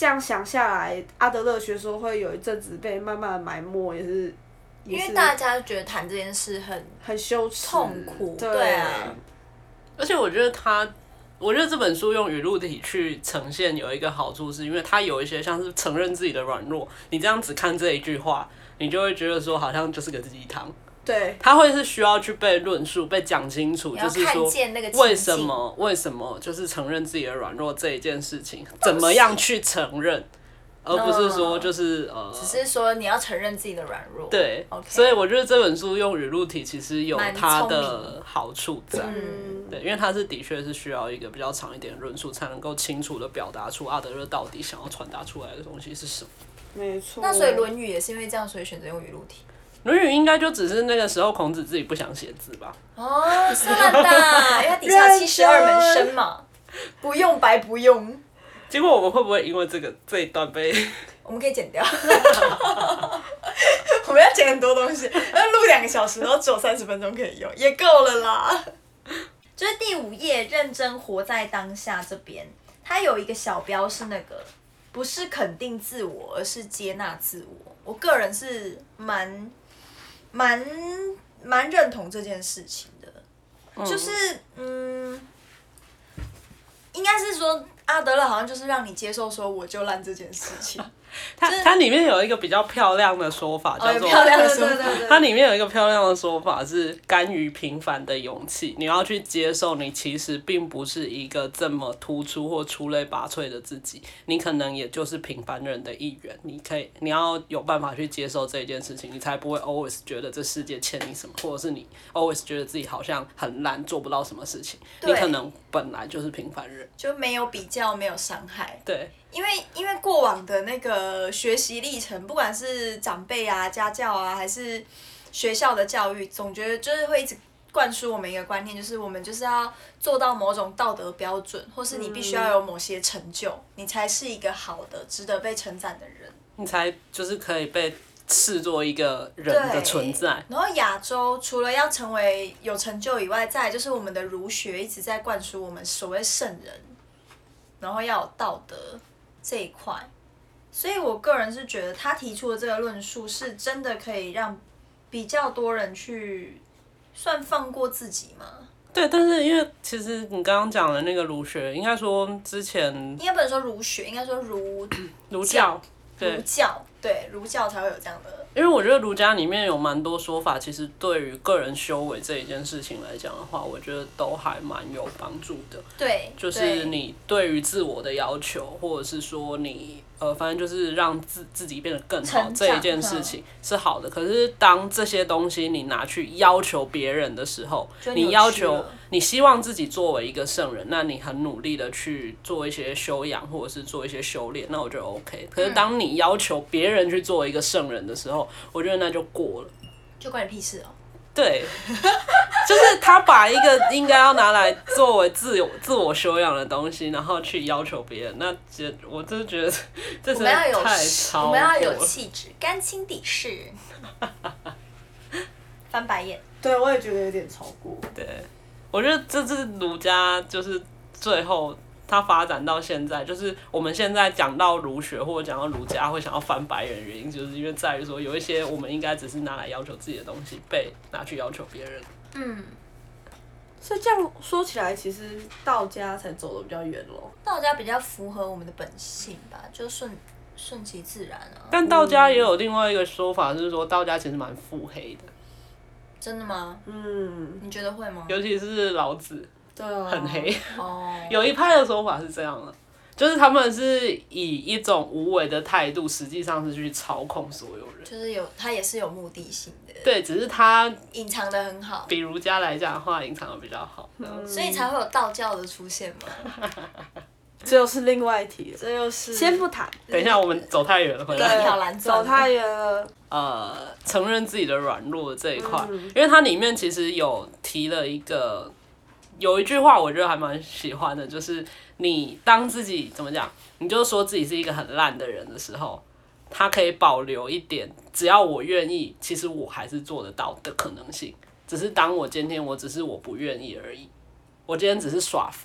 Speaker 1: 这样想下来，阿德勒学说会有一阵子被慢慢的埋没，也是。
Speaker 2: 因为大家觉得谈这件事很
Speaker 1: 很羞耻、
Speaker 2: 痛苦，
Speaker 1: 对,
Speaker 2: 对啊。
Speaker 3: 而且我觉得他，我觉得这本书用语录体去呈现有一个好处，是因为它有一些像是承认自己的软弱，你这样子看这一句话，你就会觉得说好像就是个鸡汤。
Speaker 1: 对，
Speaker 3: 它会是需要去被论述、被讲清楚，就是说为什么为什么就是承认自己的软弱这一件事情，怎么样去承认。而不是说就是、嗯、呃，
Speaker 2: 只是说你要承认自己的软弱。
Speaker 3: 对，
Speaker 2: okay.
Speaker 3: 所以我觉得这本书用语录体其实有它的好处在，
Speaker 2: 嗯、
Speaker 3: 对，因为它是的确是需要一个比较长一点的论述，才能够清楚的表达出阿德勒到底想要传达出来的东西是什么。
Speaker 1: 没错。
Speaker 2: 那所以《论语》也是因为这样，所以选择用语录体。
Speaker 3: 《论语》应该就只是那个时候孔子自己不想写字吧？
Speaker 2: 哦，是的，因为它底下七十二门生嘛，不用白不用。
Speaker 3: 结果我们会不会因为这个这一段被？
Speaker 2: 我们可以剪掉。我们要剪很多东西，要录两个小时，然后只有三十分钟可以用，也够了啦。就是第五页，认真活在当下这边，它有一个小标是那个，不是肯定自我，而是接纳自我。我个人是蛮蛮蛮认同这件事情的，嗯、就是嗯，应该是说。阿德勒好像就是让你接受说我就烂这件事情。
Speaker 3: 它它里面有一个比较漂亮的说法，叫做、
Speaker 2: 哦、漂亮的说法。
Speaker 3: 它里面有一个漂亮的说法是甘于平凡的勇气。你要去接受你其实并不是一个这么突出或出类拔萃的自己，你可能也就是平凡人的一员。你可以，你要有办法去接受这件事情，你才不会 always 觉得这世界欠你什么，或者是你 always 觉得自己好像很烂，做不到什么事情。你可能本来就是平凡人，
Speaker 2: 就没有比较，没有伤害。
Speaker 3: 对。
Speaker 2: 因为因为过往的那个学习历程，不管是长辈啊、家教啊，还是学校的教育，总觉得就是会一直灌输我们一个观念，就是我们就是要做到某种道德标准，或是你必须要有某些成就，嗯、你才是一个好的、值得被称赞的人，
Speaker 3: 你才就是可以被视作一个人的存在。
Speaker 2: 然后亚洲除了要成为有成就以外，再来就是我们的儒学一直在灌输我们所谓圣人，然后要有道德。这一块，所以我个人是觉得他提出的这个论述是真的可以让比较多人去算放过自己吗？
Speaker 3: 对，但是因为其实你刚刚讲的那个儒学，应该说之前
Speaker 2: 应该不能说儒学，应该说儒
Speaker 3: 儒教，对，
Speaker 2: 儒教，对，儒教才会有这样的。
Speaker 3: 因为我觉得儒家里面有蛮多说法，其实对于个人修为这一件事情来讲的话，我觉得都还蛮有帮助的。
Speaker 2: 对，
Speaker 3: 就是你对于自我的要求，或者是说你呃，反正就是让自自己变得更好这一件事情是好的。可是当这些东西你拿去要求别人的时候，你要求你希望自己作为一个圣人，那你很努力的去做一些修养，或者是做一些修炼，那我觉得 OK。可是当你要求别人去做一个圣人的时候，我觉得那就过了，
Speaker 2: 就关你屁事哦。
Speaker 3: 对，就是他把一个应该要拿来作为自我自我修养的东西，然后去要求别人，那我真的觉得这是太超过了。
Speaker 2: 我们要有气质，干清底事。翻白眼。
Speaker 1: 对，我也觉得有点超过。
Speaker 3: 对，我觉得这是儒家，就是最后。它发展到现在，就是我们现在讲到儒学或者讲到儒家会想要翻白眼的原因，就是因为在于说有一些我们应该只是拿来要求自己的东西，被拿去要求别人。
Speaker 2: 嗯，
Speaker 1: 所以这样说起来，其实道家才走得比较远咯。
Speaker 2: 道家比较符合我们的本性吧，就顺顺其自然啊。
Speaker 3: 但道家也有另外一个说法，就是说道家其实蛮腹黑的。
Speaker 2: 真的吗？
Speaker 1: 嗯，
Speaker 2: 你觉得会吗？
Speaker 3: 尤其是老子。
Speaker 1: 对啊，
Speaker 3: 很黑。
Speaker 2: 哦，
Speaker 3: 有一派的说法是这样的，就是他们是以一种无为的态度，实际上是去操控所有人。
Speaker 2: 就是有，他也是有目的性的。
Speaker 3: 对，只是他
Speaker 2: 隐藏的很好。
Speaker 3: 比儒家来讲的话，隐藏的比较好。
Speaker 2: 嗯，所以才会有道教的出现嘛。
Speaker 1: 这又是另外一题了，
Speaker 2: 这又是
Speaker 1: 先不谈。
Speaker 3: 等一下，我们走太远了，回来。
Speaker 2: 对，
Speaker 1: 走太远了。
Speaker 3: 呃，承认自己的软弱这一块，嗯、因为它里面其实有提了一个。有一句话我觉得还蛮喜欢的，就是你当自己怎么讲，你就说自己是一个很烂的人的时候，他可以保留一点，只要我愿意，其实我还是做得到的可能性。只是当我今天我只是我不愿意而已，我今天只是耍废，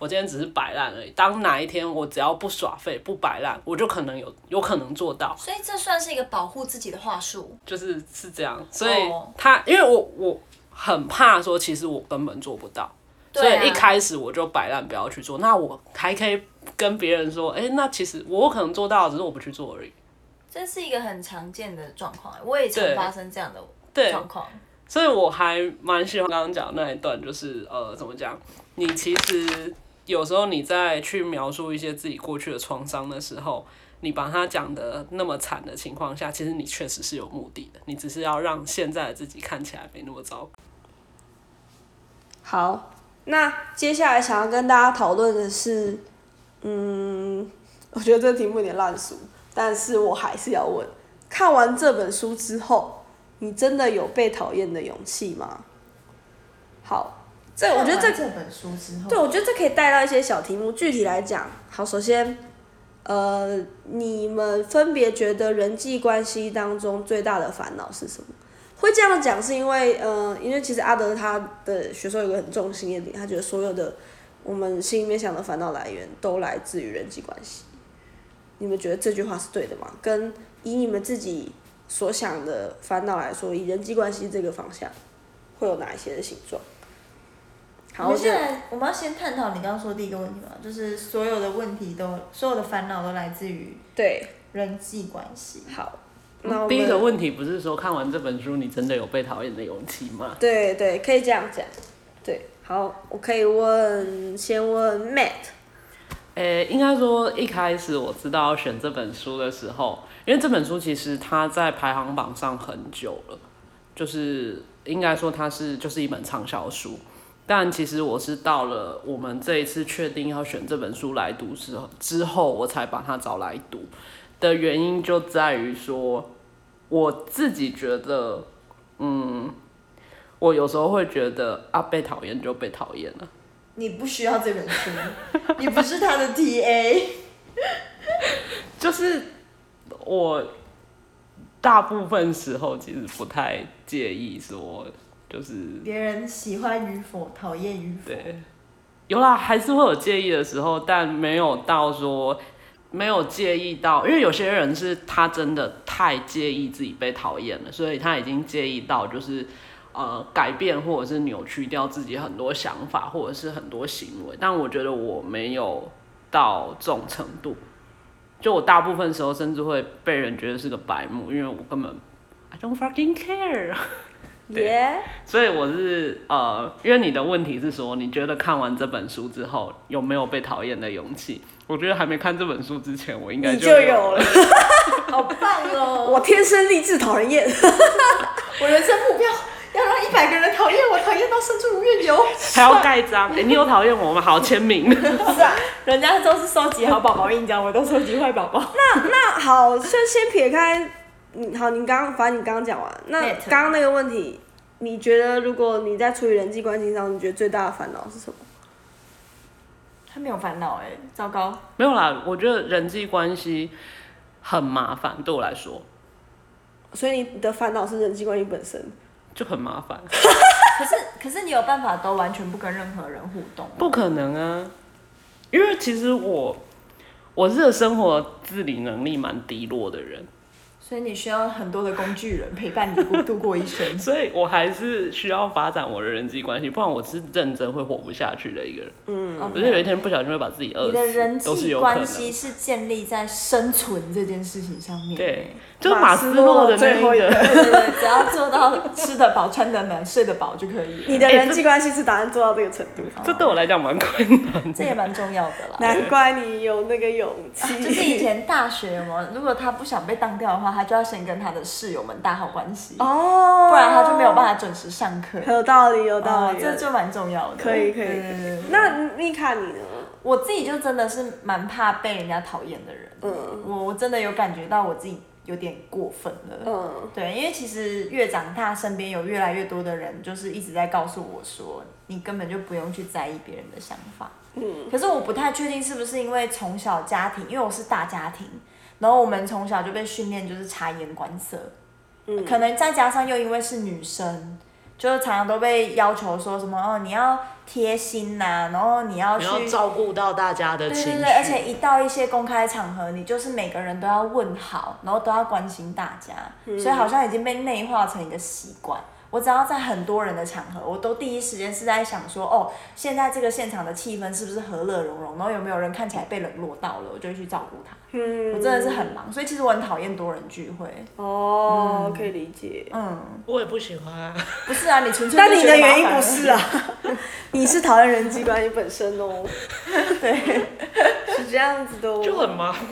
Speaker 3: 我今天只是摆烂而已。当哪一天我只要不耍废、不摆烂，我就可能有有可能做到。
Speaker 2: 所以这算是一个保护自己的话术。
Speaker 3: 就是是这样，所以他、oh. 因为我我很怕说，其实我根本做不到，啊、所以一开始我就摆烂不要去做。那我还可以跟别人说，哎、欸，那其实我可能做到，只是我不去做而已。
Speaker 2: 这是一个很常见的状况，我也常发生这样的状况。
Speaker 3: 所以我还蛮喜欢刚刚讲的那一段，就是呃，怎么讲？你其实有时候你在去描述一些自己过去的创伤的时候，你把它讲的那么惨的情况下，其实你确实是有目的的，你只是要让现在的自己看起来没那么糟。
Speaker 1: 好，那接下来想要跟大家讨论的是，嗯，我觉得这个题目有点烂俗，但是我还是要问：看完这本书之后，你真的有被讨厌的勇气吗？好，这我觉得这
Speaker 2: 这本书之后，
Speaker 1: 对，我觉得这可以带到一些小题目。具体来讲，好，首先，呃，你们分别觉得人际关系当中最大的烦恼是什么？会这样讲是因为，呃，因为其实阿德他的学说有个很重心的点，他觉得所有的我们心里面想的烦恼来源都来自于人际关系。你们觉得这句话是对的吗？跟以你们自己所想的烦恼来说，以人际关系这个方向，会有哪一些的形状？
Speaker 2: 好，我们现在我们要先探讨你刚刚说的第一个问题嘛，就是所有的问题都，所有的烦恼都来自于
Speaker 1: 对
Speaker 2: 人际关系。
Speaker 1: 好，
Speaker 3: 那第一个问题不是说看完这本书你真的有被讨厌的勇气吗？
Speaker 1: 对对，可以这样讲。对，好，我可以问，先问 Matt。
Speaker 3: 诶、欸，应该说一开始我知道要选这本书的时候，因为这本书其实它在排行榜上很久了，就是应该说它是就是一本畅销书。但其实我是到了我们这一次确定要选这本书来读之后，之后我才把它找来读的原因就在于说，我自己觉得，嗯，我有时候会觉得啊，被讨厌就被讨厌了。
Speaker 2: 你不需要这本书，你不是他的 T A。
Speaker 3: 就是我大部分时候其实不太介意说。就是
Speaker 2: 别人喜欢与否，讨厌与否。
Speaker 3: 对，有啦，还是会有介意的时候，但没有到说没有介意到，因为有些人是他真的太介意自己被讨厌了，所以他已经介意到就是呃改变或者是扭曲掉自己很多想法或者是很多行为。但我觉得我没有到这种程度，就我大部分时候甚至会被人觉得是个白目，因为我根本 I don't fucking care。对，
Speaker 1: yeah.
Speaker 3: 所以我是呃，因为你的问题是说，你觉得看完这本书之后有没有被讨厌的勇气？我觉得还没看这本书之前，我应该就
Speaker 1: 有了。
Speaker 2: 好棒哦！
Speaker 1: 我天生丽质讨人厌。
Speaker 2: 我人生目标要让一百个人讨厌我，讨厌到生出如愿油。
Speaker 3: 还要盖章，哎、欸，你有讨厌我吗？好，签名。
Speaker 2: 是啊，人家都是收集好宝宝印章，我都收集坏宝宝。
Speaker 1: 那那好，先先撇开。嗯，好，你刚反正你刚刚讲完，那刚刚那个问题，你觉得如果你在处理人际关系上，你觉得最大的烦恼是什么？
Speaker 2: 他没有烦恼哎，糟糕。
Speaker 3: 没有啦，我觉得人际关系很麻烦，对我来说。
Speaker 1: 所以你的烦恼是人际关系本身
Speaker 3: 就很麻烦。
Speaker 2: 可是可是你有办法都完全不跟任何人互动吗？
Speaker 3: 不可能啊，因为其实我我是个生活自理能力蛮低落的人。
Speaker 2: 所以你需要很多的工具人陪伴你度过一生。
Speaker 3: 所以我还是需要发展我的人际关系，不然我是认真会活不下去的一个人。嗯，我就有一天不小心会把自己饿死，
Speaker 2: 你的人际关系是建立在生存这件事情上面。
Speaker 3: 对，就是马斯洛的那一个。
Speaker 2: 对对对，只要做到吃得饱、穿得暖、睡得饱就可以。
Speaker 1: 你的人际关系是打算做到这个程度，
Speaker 3: 这对我来讲蛮困难的。
Speaker 2: 这也蛮重要的啦。
Speaker 1: 难怪你有那个勇气。
Speaker 2: 啊、就是以前大学嘛，如果他不想被当掉的话，他就要先跟他的室友们打好关系哦，不然他就没有办法准时上课。
Speaker 1: 有道理，有道理，
Speaker 2: 哦、这就蛮重要的。
Speaker 1: 可以，可以。对对对，那米卡你呢？
Speaker 2: 我自己就真的是蛮怕被人家讨厌的人。嗯，我我真的有感觉到我自己有点过分了。嗯，对，因为其实越长大，身边有越来越多的人，就是一直在告诉我说，你根本就不用去在意别人的想法。嗯，可是我不太确定是不是因为从小家庭，因为我是大家庭。然后我们从小就被训练就是察言观色，嗯，可能再加上又因为是女生，就是常常都被要求说什么哦，你要贴心呐、然后你要去
Speaker 4: 你要照顾到大家的情绪，
Speaker 2: 对对对，而且一到一些公开场合，你就是每个人都要问好，然后都要关心大家，
Speaker 1: 嗯、
Speaker 2: 所以好像已经被内化成一个习惯。我只要在很多人的场合，我都第一时间是在想说，哦，现在这个现场的气氛是不是和乐融融，然后有没有人看起来被冷落到了，我就会去照顾他。嗯，我真的是很忙，所以其实我很讨厌多人聚会。
Speaker 1: 哦，嗯、可以理解。
Speaker 2: 嗯，
Speaker 4: 我也不喜欢啊。
Speaker 2: 不是啊，你纯粹
Speaker 1: 但你的原因不是啊，你是讨厌人际关系本身哦。对，是这样子的哦。
Speaker 4: 就很麻烦。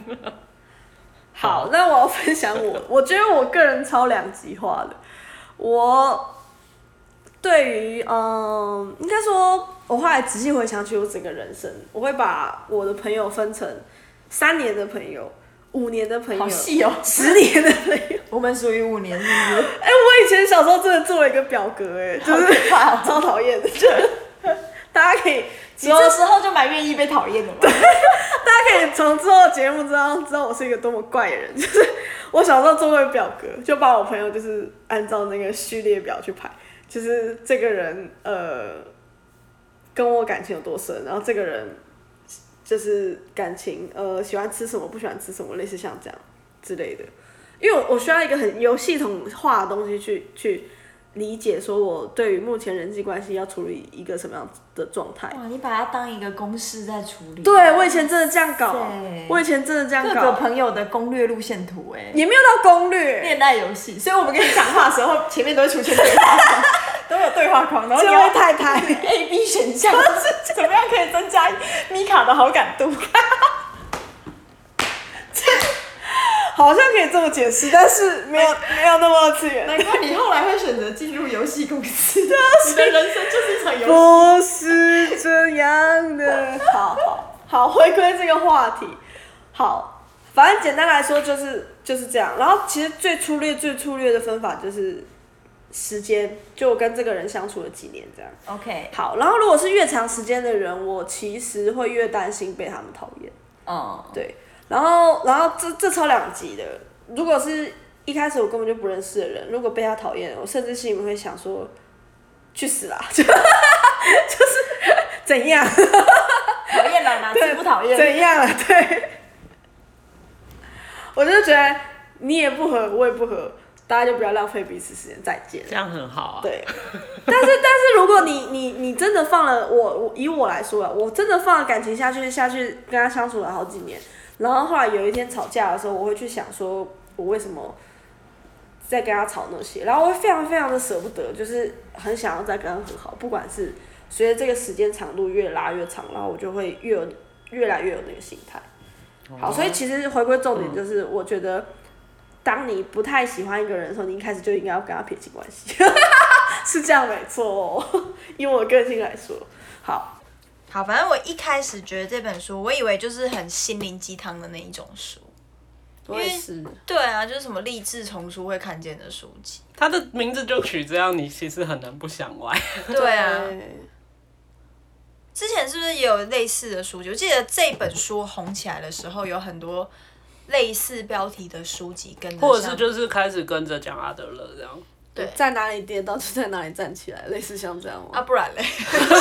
Speaker 1: 好，那我要分享我，我觉得我个人超两极化的。我对于嗯，应该说，我后来仔细回想起我整个人生，我会把我的朋友分成三年的朋友、五年的朋友、
Speaker 2: 好细哦，
Speaker 1: 十年的朋友。
Speaker 2: 我们属于五年，是不是？
Speaker 1: 哎、欸，我以前小时候真的做了一个表格、欸，哎，就是超讨厌的，就是大家可以。
Speaker 2: 你这时候就蛮愿意被讨厌的嘛。
Speaker 1: 大家可以从之后的节目知道知道我是一个多么怪的人，就是我小时候做过一个表格，就把我朋友就是按照那个序列表去排，就是这个人呃跟我感情有多深，然后这个人就是感情呃喜欢吃什么不喜欢吃什么，类似像这样之类的，因为我我需要一个很有系统化的东西去去。理解说，我对于目前人际关系要处理一个什么样的状态？
Speaker 2: 哇，你把它当一个公式在处理。
Speaker 1: 对，我以前真的这样搞，我以前真的这样搞。
Speaker 2: 各个朋友的攻略路线图，哎，
Speaker 1: 也没有到攻略。
Speaker 2: 恋爱游戏，所以我们跟你讲话的时候，前面都会出现对话框，都有对话框，然后你要
Speaker 1: 太太
Speaker 2: A B 选项，怎么样可以增加米卡的好感度？
Speaker 1: 好像可以这么解释，但是没有没有那么二次元。
Speaker 2: 难怪你后来会选择进入游戏公司，你的人生就是一场游戏。
Speaker 1: 不是这样的。好好好，回归这个话题。好，反正简单来说就是就是这样。然后其实最粗略最粗略的分法就是时间，就我跟这个人相处了几年这样。
Speaker 2: OK。
Speaker 1: 好，然后如果是越长时间的人，我其实会越担心被他们讨厌。
Speaker 2: 哦、
Speaker 1: 嗯，对。然后，然后这这超两极的。如果是一开始我根本就不认识的人，如果被他讨厌，我甚至心里面会想说，去死啦！就就是怎样？
Speaker 2: 讨厌了哪次不讨厌？
Speaker 1: 怎样啊？对。我就觉得你也不合，我也不合，大家就不要浪费彼此时间，再见。
Speaker 4: 这样很好啊。
Speaker 1: 对。但是但是如果你你你真的放了我我以我来说啊，我真的放了感情下去下去跟他相处了好几年。然后后来有一天吵架的时候，我会去想说，我为什么在跟他吵那些，然后我会非常非常的舍不得，就是很想要再跟他和好，不管是随着这个时间长度越拉越长，然后我就会越有越来越有那个心态。好，所以其实回归重点就是，我觉得当你不太喜欢一个人的时候，你一开始就应该要跟他撇清关系，是这样没错哦。以我的个性来说，好。
Speaker 5: 好，反正我一开始觉得这本书，我以为就是很心灵鸡汤的那一种书，
Speaker 1: 我也是。
Speaker 5: 对啊，就是什么励志丛书会看见的书籍。
Speaker 3: 它的名字就取这样，你其实很难不想歪。
Speaker 5: 对啊。之前是不是也有类似的书籍？我记得这本书红起来的时候，有很多类似标题的书籍跟着，
Speaker 3: 或者是就是开始跟着讲阿德勒这样。
Speaker 5: 对，
Speaker 1: 在哪里跌倒就在哪里站起来，类似像这样吗？
Speaker 5: 啊，不然嘞？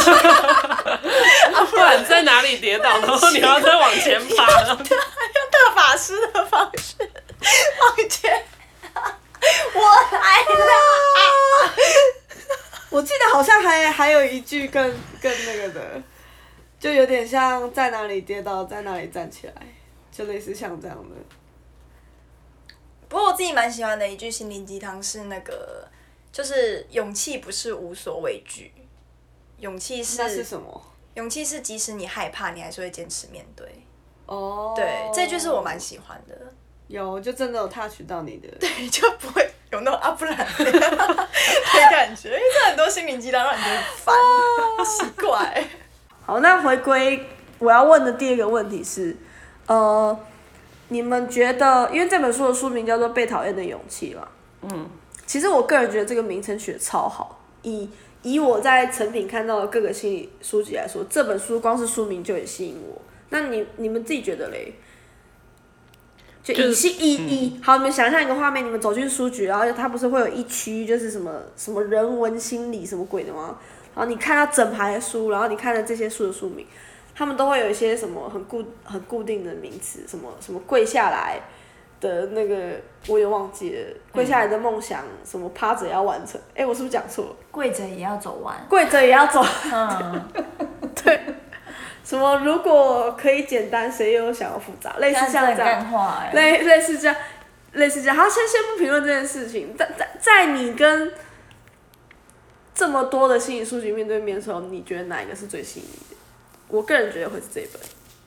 Speaker 3: 啊，不然在哪里跌倒，然后你要再往前爬，
Speaker 5: 用大法师的方式往前。我来了。
Speaker 1: 我记得好像还还有一句更更那个的，就有点像在哪里跌倒，在哪里站起来，就类似像这样的。
Speaker 5: 不过我自己蛮喜欢的一句心灵鸡汤是那个，就是勇气不是无所畏惧，勇气是
Speaker 1: 那是什么？
Speaker 5: 勇气是即使你害怕，你还是会坚持面对。
Speaker 1: 哦。
Speaker 5: 对，这句是我蛮喜欢的。
Speaker 1: 有，就真的有 touch 到你的。
Speaker 5: 对，就不会有那种啊不然的感觉，因为这很多心灵鸡汤让你觉得烦，奇怪。
Speaker 1: 好，那回归我要问的第二个问题是，呃。你们觉得，因为这本书的书名叫做《被讨厌的勇气》嘛，嗯，其实我个人觉得这个名称取得超好。以以我在成品看到的各个心理书籍来说，这本书光是书名就很吸引我。那你你们自己觉得嘞？就以以以以好，你们想象一个画面，你们走进书局，然后它不是会有一区就是什么什么人文心理什么鬼的吗？ 然后你看到整排的书，然后你看了这些书的书名，他们都会有一些什么很固很固定的名词，什么什么跪下来的那个我也忘记了，跪下来的梦想，什么趴着也要完成，哎、欸，我是不是讲错了？
Speaker 2: 跪着也要走完，
Speaker 1: 跪着也要走，
Speaker 2: 嗯，
Speaker 1: 对，什么如果可以简单，谁又想要复杂，类似像这样，
Speaker 2: 欸、
Speaker 1: 类类似这样，类似这样。好，先先不评论这件事情，在在在你跟这么多的心理书籍面对面的时候，你觉得哪一个是最吸引你的？我个人觉得会是这一本。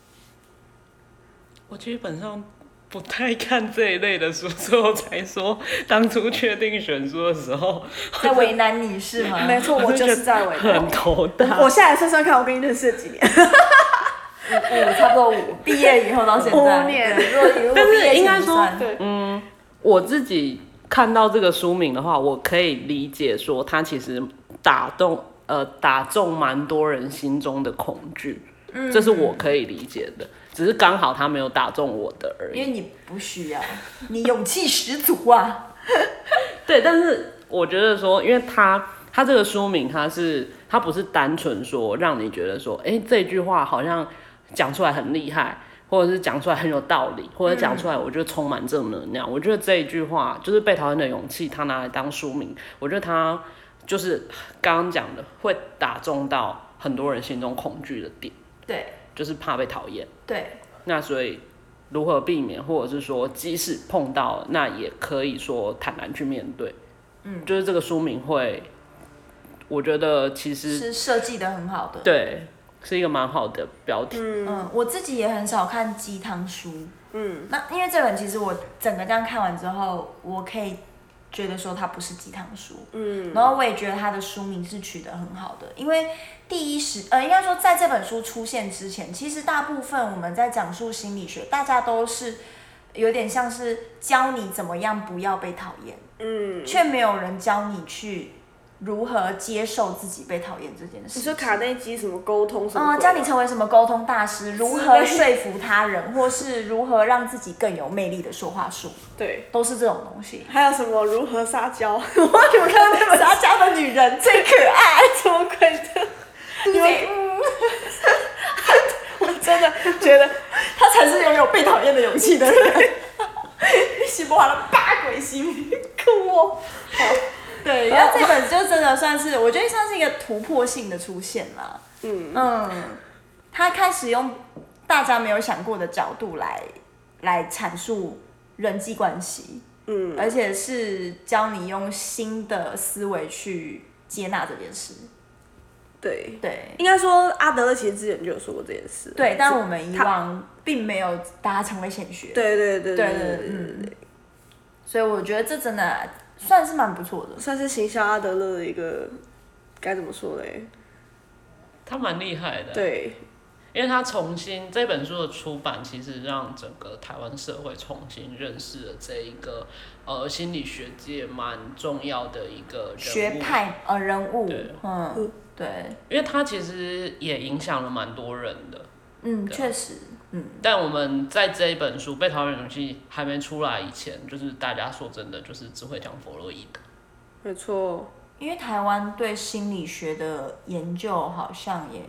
Speaker 3: 我基本上不太看这一类的书，所以我才说当初确定选书的时候，
Speaker 2: 在为难你是吗？
Speaker 1: 没错，我就是在为难你。
Speaker 3: 很头大。
Speaker 1: 我下来算算看，我跟你认识了几年？
Speaker 2: 五，差不多五。毕业以后到现在，
Speaker 1: 五年。
Speaker 2: 如果如果
Speaker 3: 但
Speaker 2: 毕业
Speaker 3: 是应该说，
Speaker 1: 对，
Speaker 3: 嗯，我自己看到这个书名的话，我可以理解说，它其实打动呃打中蛮多人心中的恐惧，嗯，这是我可以理解的。只是刚好他没有打中我的而已，
Speaker 2: 因为你不需要，你勇气十足啊。
Speaker 3: 对，但是我觉得说，因为他他这个书名，他是他不是单纯说让你觉得说，哎、欸，这句话好像讲出来很厉害，或者是讲出来很有道理，或者讲出来我觉得充满正能量。嗯、我觉得这一句话就是被讨厌的勇气，他拿来当书名，我觉得他就是刚刚讲的，会打中到很多人心中恐惧的点。
Speaker 2: 对。
Speaker 3: 就是怕被讨厌，
Speaker 2: 对。
Speaker 3: 那所以如何避免，或者是说，即使碰到，那也可以说坦然去面对。嗯，就是这个书名会，我觉得其实
Speaker 2: 是设计的很好的，
Speaker 3: 对，是一个蛮好的标题。
Speaker 2: 嗯, 嗯，我自己也很少看鸡汤书，嗯，那因为这本其实我整个这样看完之后，我可以觉得说它不是鸡汤书，嗯，然后我也觉得它的书名是取得很好的，因为第一时呃，应该说在这本书出现之前，其实大部分我们在讲述心理学，大家都是有点像是教你怎么样不要被讨厌，嗯，却没有人教你去如何接受自己被讨厌这件事。
Speaker 1: 你说卡内基什么沟通什么？
Speaker 2: 嗯，教你成为什么沟通大师，如何说服他人，或是如何让自己更有魅力的说话术。
Speaker 1: 对，
Speaker 2: 都是这种东西。
Speaker 1: 还有什么如何撒娇？我有看到那本
Speaker 2: 撒娇的女人最可爱，
Speaker 1: 什么鬼的？
Speaker 2: 对不对？嗯，
Speaker 1: 我真的觉得
Speaker 2: 他才是拥有被讨厌的勇气的人。你喜不完了八鬼心，
Speaker 1: 酷哦！好。
Speaker 2: 对，然后这本就真的算是，我觉得算是一个突破性的出现啦。嗯嗯，他开始用大家没有想过的角度来来阐述人际关系，嗯，而且是教你用新的思维去接纳这件事。
Speaker 1: 对
Speaker 2: 对，
Speaker 1: 应该说阿德勒其实之前就有说过这件事。
Speaker 2: 对，但我们以往并没有把它成为显学。
Speaker 1: 对对对
Speaker 2: 对对对对嗯。所以我觉得这真的算是蛮不错的，
Speaker 1: 算是行销阿德勒的一个该怎么说嘞？
Speaker 3: 他蛮厉害的。
Speaker 1: 对，
Speaker 3: 因为他重新这本书的出版，其实让整个台湾社会重新认识了这一个呃心理学界蛮重要的一个人物
Speaker 2: 学派呃人物，
Speaker 3: 对，
Speaker 2: 嗯，对，
Speaker 3: 因为他其实也影响了蛮多人的。
Speaker 2: 嗯，确实，嗯。
Speaker 3: 但我们在这一本书《被讨厌的勇气》还没出来以前，就是大家说真的，就是只会讲弗洛伊德。
Speaker 1: 没错。
Speaker 2: 因为台湾对心理学的研究好像也，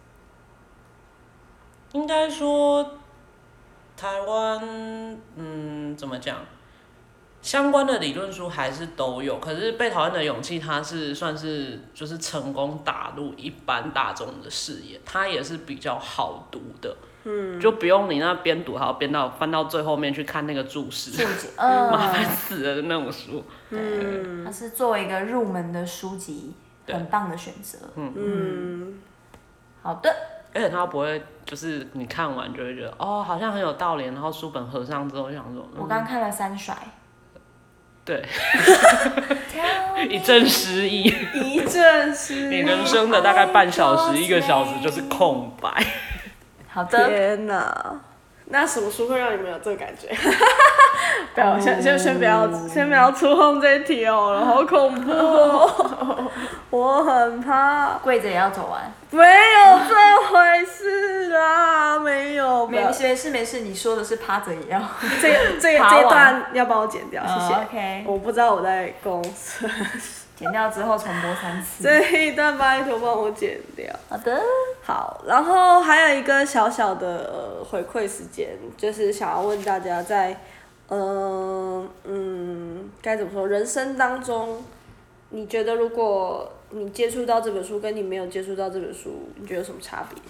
Speaker 3: 应该说，台湾嗯怎么讲？相关的理论书还是都有，可是《被讨厌的勇气》它是算是就是成功打入一般大众的视野，它也是比较好读的，嗯，就不用你那边读，还要编到翻到最后面去看那个注释，
Speaker 2: 注解，嗯，
Speaker 3: 麻烦死了的那种书。
Speaker 2: 嗯，它是作为一个入门的书籍，很棒的选择。嗯嗯，好的。
Speaker 3: 而且它不会，就是你看完就会觉得哦，好像很有道理，然后书本合上之后想说，
Speaker 2: 嗯、我刚看了三甩。
Speaker 3: 对，一阵失忆，
Speaker 1: 一阵失忆，
Speaker 3: 你人生的大概半小时、一个小时就是空白。
Speaker 2: 好的。
Speaker 1: 天哪，那什么书会让你们有这个感觉？不要，先先先不要，先不要触碰这一题哦了，好恐怖哦！我很怕。
Speaker 2: 跪着也要走完。
Speaker 1: 没有这回事啦，没有。
Speaker 2: 没没事没事，你说的是趴着也要。
Speaker 1: 这这这一段要帮我剪掉，谢谢。
Speaker 2: Oh, OK。
Speaker 1: 我不知道我在公司。
Speaker 2: 剪掉之后重播三次。
Speaker 1: 这一段拜托帮我剪掉。
Speaker 2: 好的。
Speaker 1: 好，然后还有一个小小的、呃、回馈时间，就是想要问大家在，呃、嗯，该怎么说？人生当中，你觉得如果你接触到这本书，跟你没有接触到这本书，你觉得有什么差别？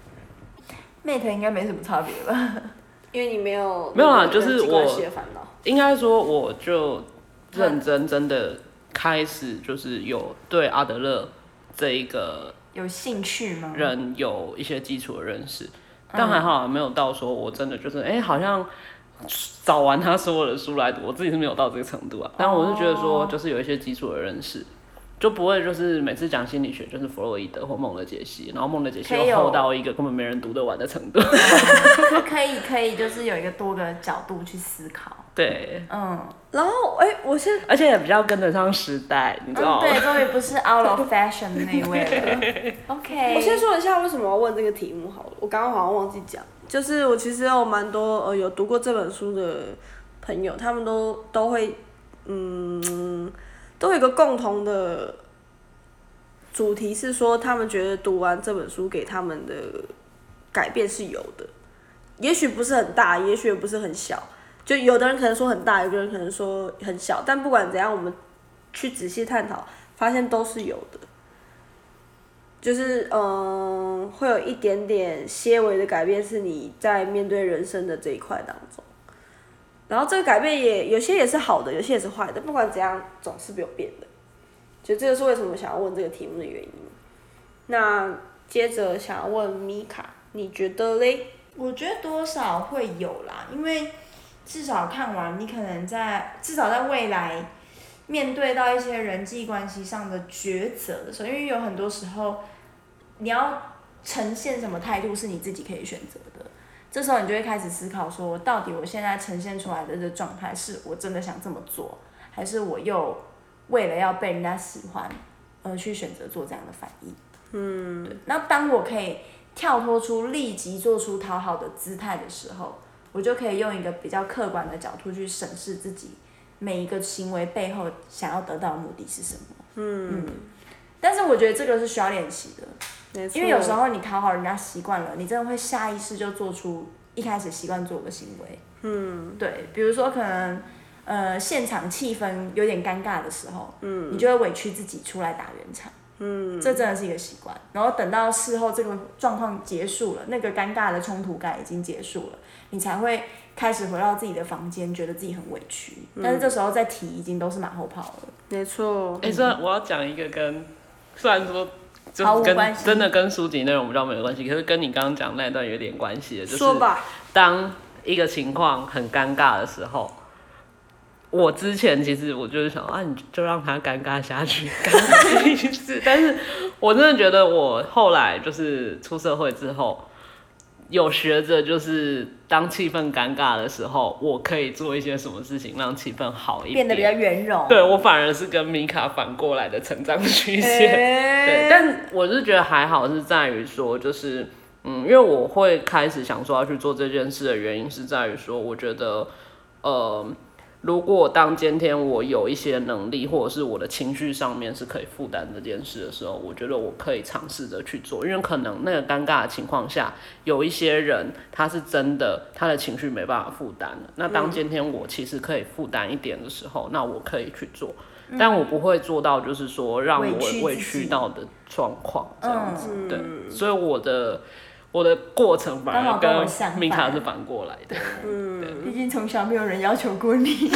Speaker 2: Mate 应该没什么差别吧？
Speaker 1: 因为你没有
Speaker 3: 没有啦，就是
Speaker 1: 人际关
Speaker 3: 我
Speaker 1: 系的烦恼。
Speaker 3: 应该说，我就认真真的开始就是有对阿德勒这一个
Speaker 2: 有兴趣吗？
Speaker 3: 人有一些基础的认识，但还好没有到说我真的就是哎、欸，好像找完他所有的书来读，我自己是没有到这个程度啊。但我是觉得说，就是有一些基础的认识。就不会就是每次讲心理学就是弗洛伊德或梦的解析，然后梦的解析又厚到一个根本没人读得完的程度。
Speaker 2: 可以可以，就是有一个多个角度去思考。
Speaker 3: 对，
Speaker 2: 嗯，
Speaker 1: 然后哎、欸，我现在
Speaker 3: 而且也比较跟得上时代，你知道吗？
Speaker 2: 嗯、对，终于不是 out of fashion 的那一位了。OK，
Speaker 1: 我先说一下为什么要问这个题目好了，我刚刚好像忘记讲，就是我其实有蛮多呃有读过这本书的朋友，他们都都会嗯。都有一个共同的主题是说，他们觉得读完这本书给他们的改变是有的，也许不是很大，也许也不是很小，就有的人可能说很大，有的人可能说很小，但不管怎样，我们去仔细探讨，发现都是有的，就是嗯，会有一点点些微的改变，是你在面对人生的这一块当中。然后这个改变也有些也是好的，有些也是坏的，不管怎样总是有变的，就这个是为什么想要问这个题目的原因。那接着想要问米卡，你觉得嘞？
Speaker 2: 我觉得多少会有啦，因为至少看完，你可能在至少在未来面对到一些人际关系上的抉择的时候，因为有很多时候你要呈现什么态度是你自己可以选择的。这时候你就会开始思考说，到底我现在呈现出来的这个状态是我真的想这么做，还是我又为了要被人家喜欢而去选择做这样的反应？嗯，对。那当我可以跳脱出立即做出讨好的姿态的时候，我就可以用一个比较客观的角度去审视自己每一个行为背后想要得到的目的是什么。嗯，嗯但是我觉得这个是需要练习的。因为有时候你讨好人家习惯了，你真的会下意识就做出一开始习惯做的行为。嗯，对，比如说可能呃现场气氛有点尴尬的时候，嗯，你就会委屈自己出来打圆场。嗯，这真的是一个习惯。然后等到事后这个状况结束了，那个尴尬的冲突感已经结束了，你才会开始回到自己的房间，觉得自己很委屈。嗯、但是这时候再提，已经都是马后炮了。
Speaker 1: 没错。
Speaker 3: 哎、欸，虽然我要讲一个跟虽然说。就跟真的跟书籍内容比较没有关系，可是跟你刚刚讲那一段有点关系的，就是当一个情况很尴尬的时候，我之前其实我就是想啊，你就让他尴尬下去，尴尬是，但是我真的觉得我后来就是出社会之后，有学着就是当气氛尴尬的时候，我可以做一些什么事情让气氛好一点，
Speaker 2: 变得比较圆融。
Speaker 3: 对，我反而是跟米卡反过来的成长曲线。欸、对，但我是觉得还好，是在于说就是嗯，因为我会开始想说要去做这件事的原因是在于说，我觉得呃。如果当今天我有一些能力，或者是我的情绪上面是可以负担这件事的时候，我觉得我可以尝试着去做，因为可能那个尴尬的情况下，有一些人他是真的他的情绪没办法负担了。那当今天我其实可以负担一点的时候，那我可以去做，但我不会做到就是说让我委屈到的状况这样子。嗯、对，所以我的。我的过程反而跟米卡是反过来的，
Speaker 2: 嗯，毕竟从小没有人要求过你。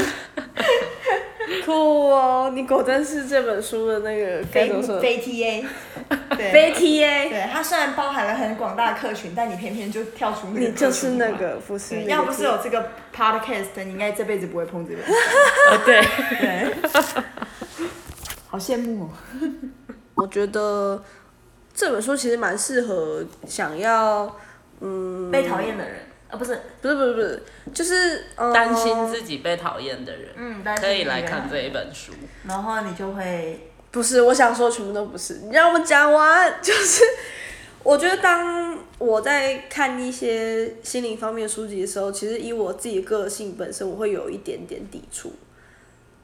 Speaker 1: 酷哦，你果真是这本书的那个该怎么说？
Speaker 2: 非 T A， 对，
Speaker 1: 非 T A，
Speaker 2: 对，它虽然包含了很广大的客群，但你偏偏就跳出那个客群。
Speaker 1: 你就是那个，不是那个。
Speaker 2: 要不是有这个 podcast， 你应该这辈子不会碰这本书。
Speaker 3: 哦，对，
Speaker 2: 对，好羡慕哦。
Speaker 1: 我觉得。这本书其实蛮适合想要，嗯，
Speaker 2: 被讨厌的人，啊不是，
Speaker 1: 不是不是不是，就是
Speaker 3: 担、呃、心自己被讨厌的人，
Speaker 2: 嗯，
Speaker 3: 可以来看这一本书。
Speaker 2: 然后你就会，
Speaker 1: 不是，我想说全部都不是，你让我讲完。就是我觉得当我在看一些心灵方面书籍的时候，其实以我自己的个性本身，我会有一点点抵触。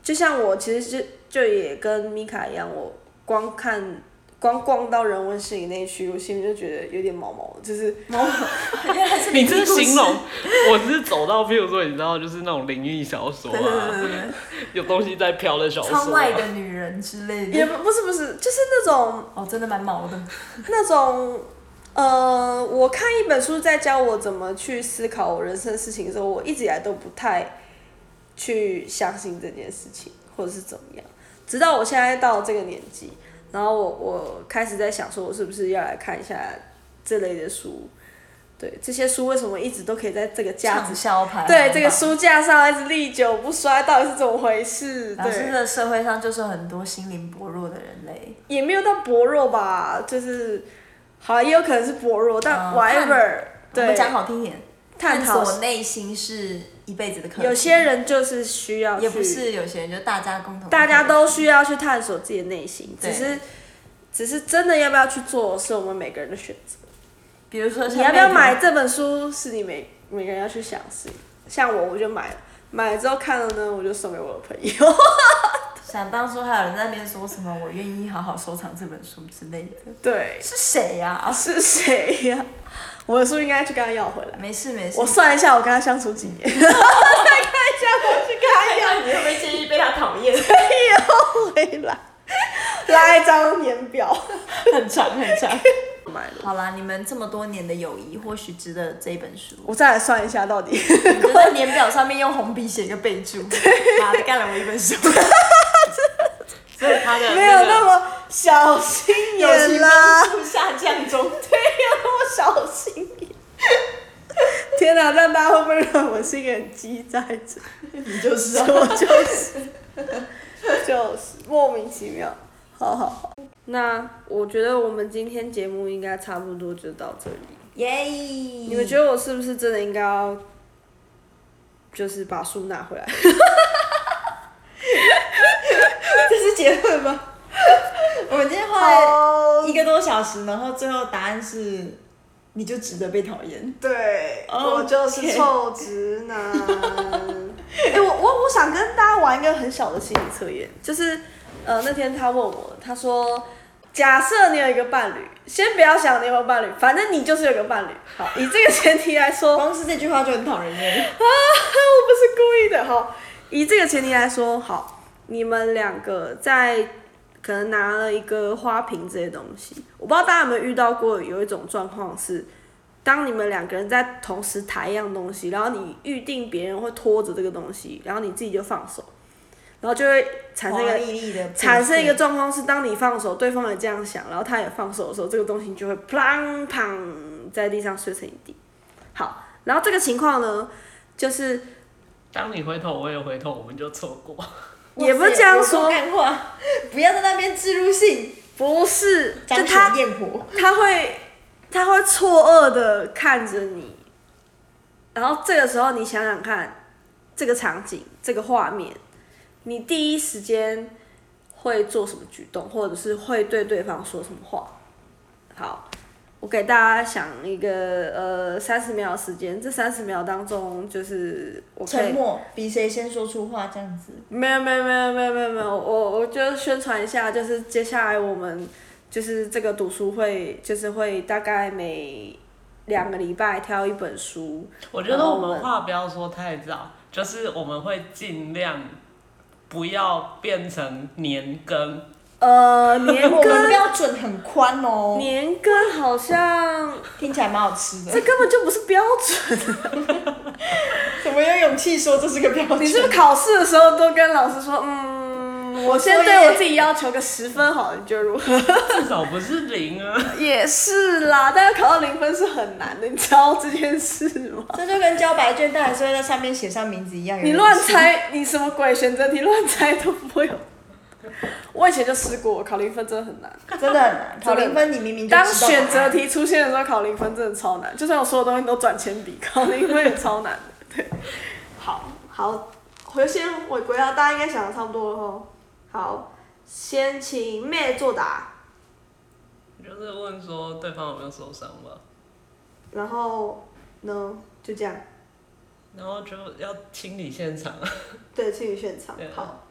Speaker 1: 就像我其实就就也跟米卡一样，我光看光逛到人文摄影那一区，我心里就觉得有点毛毛的，就是毛毛。
Speaker 2: 原来是
Speaker 3: 你这形容，我是走到，譬如说，你知道，就是那种灵异小说啊，有东西在飘的小说、啊，
Speaker 2: 窗外的女人之类的。
Speaker 1: 也不是不是，就是那种
Speaker 2: 哦，真的蛮毛的。
Speaker 1: 那种。呃，我看一本书在教我怎么去思考我人生的事情的时候，我一直以来都不太去相信这件事情，或者是怎么样。直到我现在到这个年纪，然后我我开始在想说，我是不是要来看一下这类的书？对，这些书为什么一直都可以在这个架子
Speaker 2: 畅销排行榜
Speaker 1: 对这个书架上一直历久不衰，到底是怎么回事？
Speaker 2: 老师
Speaker 1: 对，
Speaker 2: 的社会上就是很多心灵薄弱的人类，
Speaker 1: 也没有到薄弱吧，就是好，也有可能是薄弱，但
Speaker 2: 嗯
Speaker 1: whatever，、对，
Speaker 2: 我们讲好听点，探
Speaker 1: 探讨
Speaker 2: 索内心是一辈子的课题。
Speaker 1: 有些人就是需要去，
Speaker 2: 也不是有些人，就大家共同的课题，
Speaker 1: 大家都需要去探索自己的内心，只
Speaker 2: 对
Speaker 1: 是只是真的要不要去做，是我们每个人的选择。
Speaker 2: 比如说像
Speaker 1: 你要不要
Speaker 2: 那个
Speaker 1: 买这本书，是你每每个人要去想的事。像我，我就买了，买了之后看了呢，我就送给我的朋友。
Speaker 2: 想当初还有人在那边说什么“我愿意好好收藏这本书”之类的，
Speaker 1: 对，
Speaker 2: 是谁呀、啊？
Speaker 1: 是谁呀、我的书应该去跟他要回来。
Speaker 2: 没事没事，
Speaker 1: 我算一下，我跟他相处几年，再看一下我去跟他要。
Speaker 2: 你会不会介意被他讨厌？
Speaker 1: 要回来，拉一张年表，
Speaker 2: 很长很长。
Speaker 1: 买了。
Speaker 2: 好啦，你们这么多年的友谊，或许值得这一本书。
Speaker 1: 我再来算一下到底。
Speaker 2: 你就在年表上面用红笔写一个备注，妈的干了我一本书。
Speaker 3: 所以他的、那个、
Speaker 1: 没有那么小心眼啦，
Speaker 2: 友情分数下降中。
Speaker 1: 对，有那么小心眼。天哪、啊，但大家会不会认为我是一个很鸡仔者？
Speaker 2: 你就是啊，
Speaker 1: 我就是，就是莫名其妙。好好好，那我觉得我们今天节目应该差不多就到这里。
Speaker 2: 耶！
Speaker 1: 你们觉得我是不是真的应该要，就是把书拿回来？这是结论吗？
Speaker 2: 我们今天花了一个多小时，然后最后答案是，你就值得被讨厌。
Speaker 1: 对，
Speaker 2: Okay
Speaker 1: 我就是臭直男。哎、欸，我我我想跟大家玩一个很小的心理测验，就是呃那天他问我，他说，假设你有一个伴侣，先不要想你有没有伴侣，反正你就是有个伴侣。好，以这个前提来说，
Speaker 2: 光是这句话就很讨人厌。
Speaker 1: 啊，我不是故意的。好，以这个前提来说，好，你们两个在可能拿了一个花瓶这些东西，我不知道大家有没有遇到过有一种状况是，当你们两个人在同时抬一样东西，然后你预定别人会拖着这个东西，然后你自己就放手，然后就会产生一个
Speaker 2: 华丽丽的
Speaker 1: 产生一个状况是，当你放手，对方也这样想，然后他也放手的时候，这个东西就会砰砰在地上碎成一地。好，然后这个情况呢，就是
Speaker 3: 当你回头，我也回头，我们就错过。
Speaker 1: 也不是这样说，
Speaker 2: 干话，不要在那边植入性，
Speaker 1: 不是，就
Speaker 2: 彰
Speaker 1: 他
Speaker 2: 显焰火。
Speaker 1: 他会他会错愕的看着你，然后这个时候你想想看，这个场景这个画面，你第一时间会做什么举动，或者是会对对方说什么话？好，我给大家想一个呃三十秒的时间，这三十秒当中就是我可以
Speaker 2: 沉默，比谁先说出话这样子。
Speaker 1: 没有没有没有没有没有没有，我我就宣传一下，就是接下来我们就是这个读书会，就是会大概每两个礼拜挑一本书。
Speaker 3: 我觉得我们话不要说太早，就是我们会尽量不要变成年更。
Speaker 1: 呃，年
Speaker 2: 我们
Speaker 1: 更
Speaker 2: 标准很宽哦，
Speaker 1: 年更好像
Speaker 2: 听起来蛮好吃的。
Speaker 1: 这根本就不是标准。
Speaker 2: 怎么有勇气说这是个标准？
Speaker 1: 你是不是考试的时候都跟老师说，嗯，我先对我自己要求个十分好了，你觉得如何？
Speaker 3: 至少不是零啊。
Speaker 1: 也是啦，但是考到零分是很难的，你知道这件事吗？
Speaker 2: 这就跟交白卷，但还是会在上面写上名字一样。
Speaker 1: 你乱猜，你什么鬼选择题乱猜都不会有。我以前就试过，考零分真的很难，
Speaker 2: 真的很难。考零分，你明明就知道
Speaker 1: 当选择题出现的时候，考零分真的超难。就算我所有东西都转铅笔，考零分也超难的。对，好，好，回先回归到大家应该想的差不多了吼。好，先请妹作答。
Speaker 3: 就是问说对方有没有受伤吧，
Speaker 1: 然后呢，就这样。
Speaker 3: 然后就要清理现场。
Speaker 1: 对，清理现场。
Speaker 3: 对啊
Speaker 1: 好，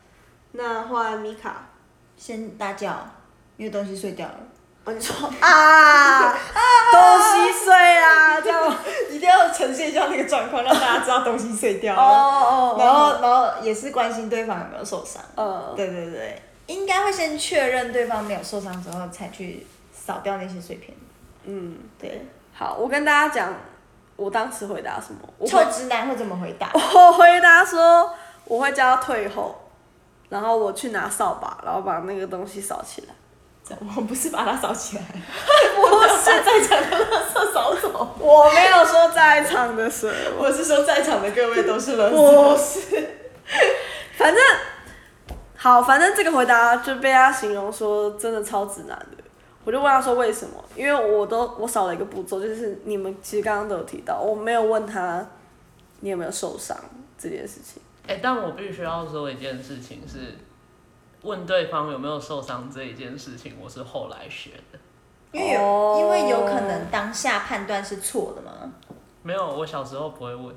Speaker 1: 那换米卡。
Speaker 2: 先大叫，因为东西碎掉了。
Speaker 1: 哦，你说啊，东西碎啦，这样
Speaker 2: 一定要呈现一下那个状况，让大家知道东西碎掉了。
Speaker 1: 哦哦
Speaker 2: 然后，然后也是关心对方有没有受伤。
Speaker 1: 嗯，
Speaker 2: 对对对，应该会先确认对方没有受伤之后，才去扫掉那些碎片。
Speaker 1: 嗯，
Speaker 2: 对，
Speaker 1: 好，我跟大家讲，我当时回答什么？我
Speaker 2: 臭
Speaker 1: 会
Speaker 2: 直男会怎么回答？
Speaker 1: 我回答说，我会叫他退后，然后我去拿扫把，然后把那个东西扫起来。
Speaker 2: 我不是把它扫起来，
Speaker 1: 不是
Speaker 2: 在场的垃圾扫走。
Speaker 1: 我没有说在场的谁，
Speaker 2: 我是说在场的各位都是垃圾。
Speaker 1: 不是，反正好，反正这个回答就被他形容说真的超直男的。我就问他说为什么？因为我都我少了一个步骤，就是你们其实刚刚都有提到，我没有问他你有没有受伤这件事情。
Speaker 3: 哎、欸，但我必须要说一件事情是，问对方有没有受伤这一件事情，我是后来学的。
Speaker 2: 因为有，
Speaker 1: 哦
Speaker 2: 因为有可能当下判断是错的嘛。
Speaker 3: 没有，我小时候不会问。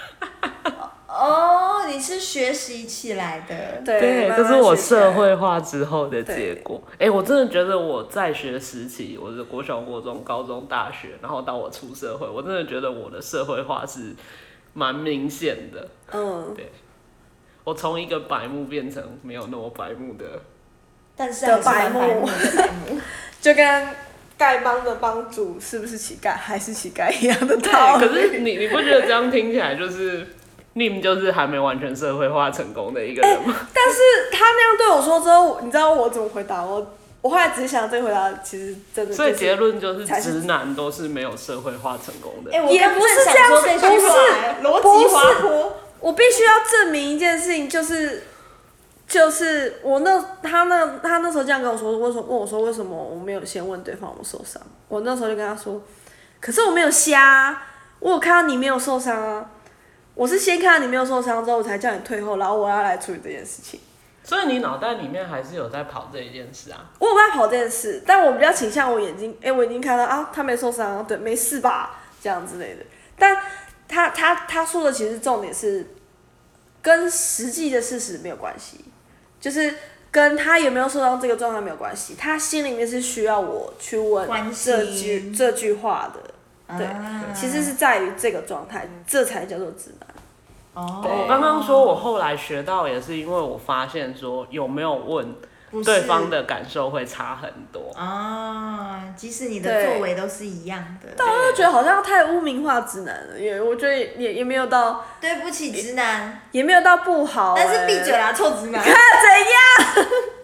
Speaker 2: 哦，你是学习起来的。
Speaker 1: 对，
Speaker 3: 对，
Speaker 1: 慢
Speaker 3: 这是我
Speaker 1: 慢学起来
Speaker 3: 社会化之后的结果。哎、欸，我真的觉得我在学时期，我是国小、国中、高中、大学，然后到我出社会，我真的觉得我的社会化是蛮明显的。
Speaker 1: 嗯，
Speaker 3: 对，我从一个白目变成没有那么白目的。
Speaker 2: 但是还是蛮白目的白目。
Speaker 1: 就跟丐帮的帮主是不是乞丐还是乞丐一样的道理。
Speaker 3: 可是你你不觉得这样听起来就是Nim 就是还没完全社会化成功的一个人吗？
Speaker 1: 欸、但是他那样对我说之后，你知道我怎么回答我？我后来只是想这个回答其实真的、就是，
Speaker 3: 所以结论就是
Speaker 1: 才是
Speaker 3: 直男都是没有社会化成功的。
Speaker 2: 哎、我
Speaker 1: 也
Speaker 2: 刚
Speaker 1: 不是这样
Speaker 2: 正想说这句话，逻辑滑坡。
Speaker 1: 我必须要证明一件事情，就是就是我那他那他那时候这样跟我说，为什么问我说为什么我没有先问对方有没有受伤？我那时候就跟他说，可是我没有瞎、啊，我有看到你没有受伤啊，我是先看到你没有受伤之后，我才叫你退后，然后我要来处理这件事情。
Speaker 3: 所以你脑袋里面还是有在跑这一件事啊？
Speaker 1: 我有在跑这件事，但我比较倾向我眼睛，哎、欸，我已经看到啊，他没受伤、啊，对，没事吧？这样之类的。但他他他说的其实重点是跟实际的事实没有关系，就是跟他有没有受伤这个状态没有关系，他心里面是需要我去问这句这句话的，对，
Speaker 2: 啊、
Speaker 1: 其实是在于这个状态，这才叫做直男。
Speaker 2: 哦，
Speaker 3: 我刚刚说我后来学到也是因为我发现说有没有问对方的感受会差很多
Speaker 2: 啊，即使你的作为都是一样的。
Speaker 1: 但我就觉得好像太污名化直男了，因为我觉得也也没有到，
Speaker 2: 对不起直男，
Speaker 1: 也没有到不好、欸，
Speaker 2: 但是闭嘴啦，臭直男。
Speaker 1: 看怎样？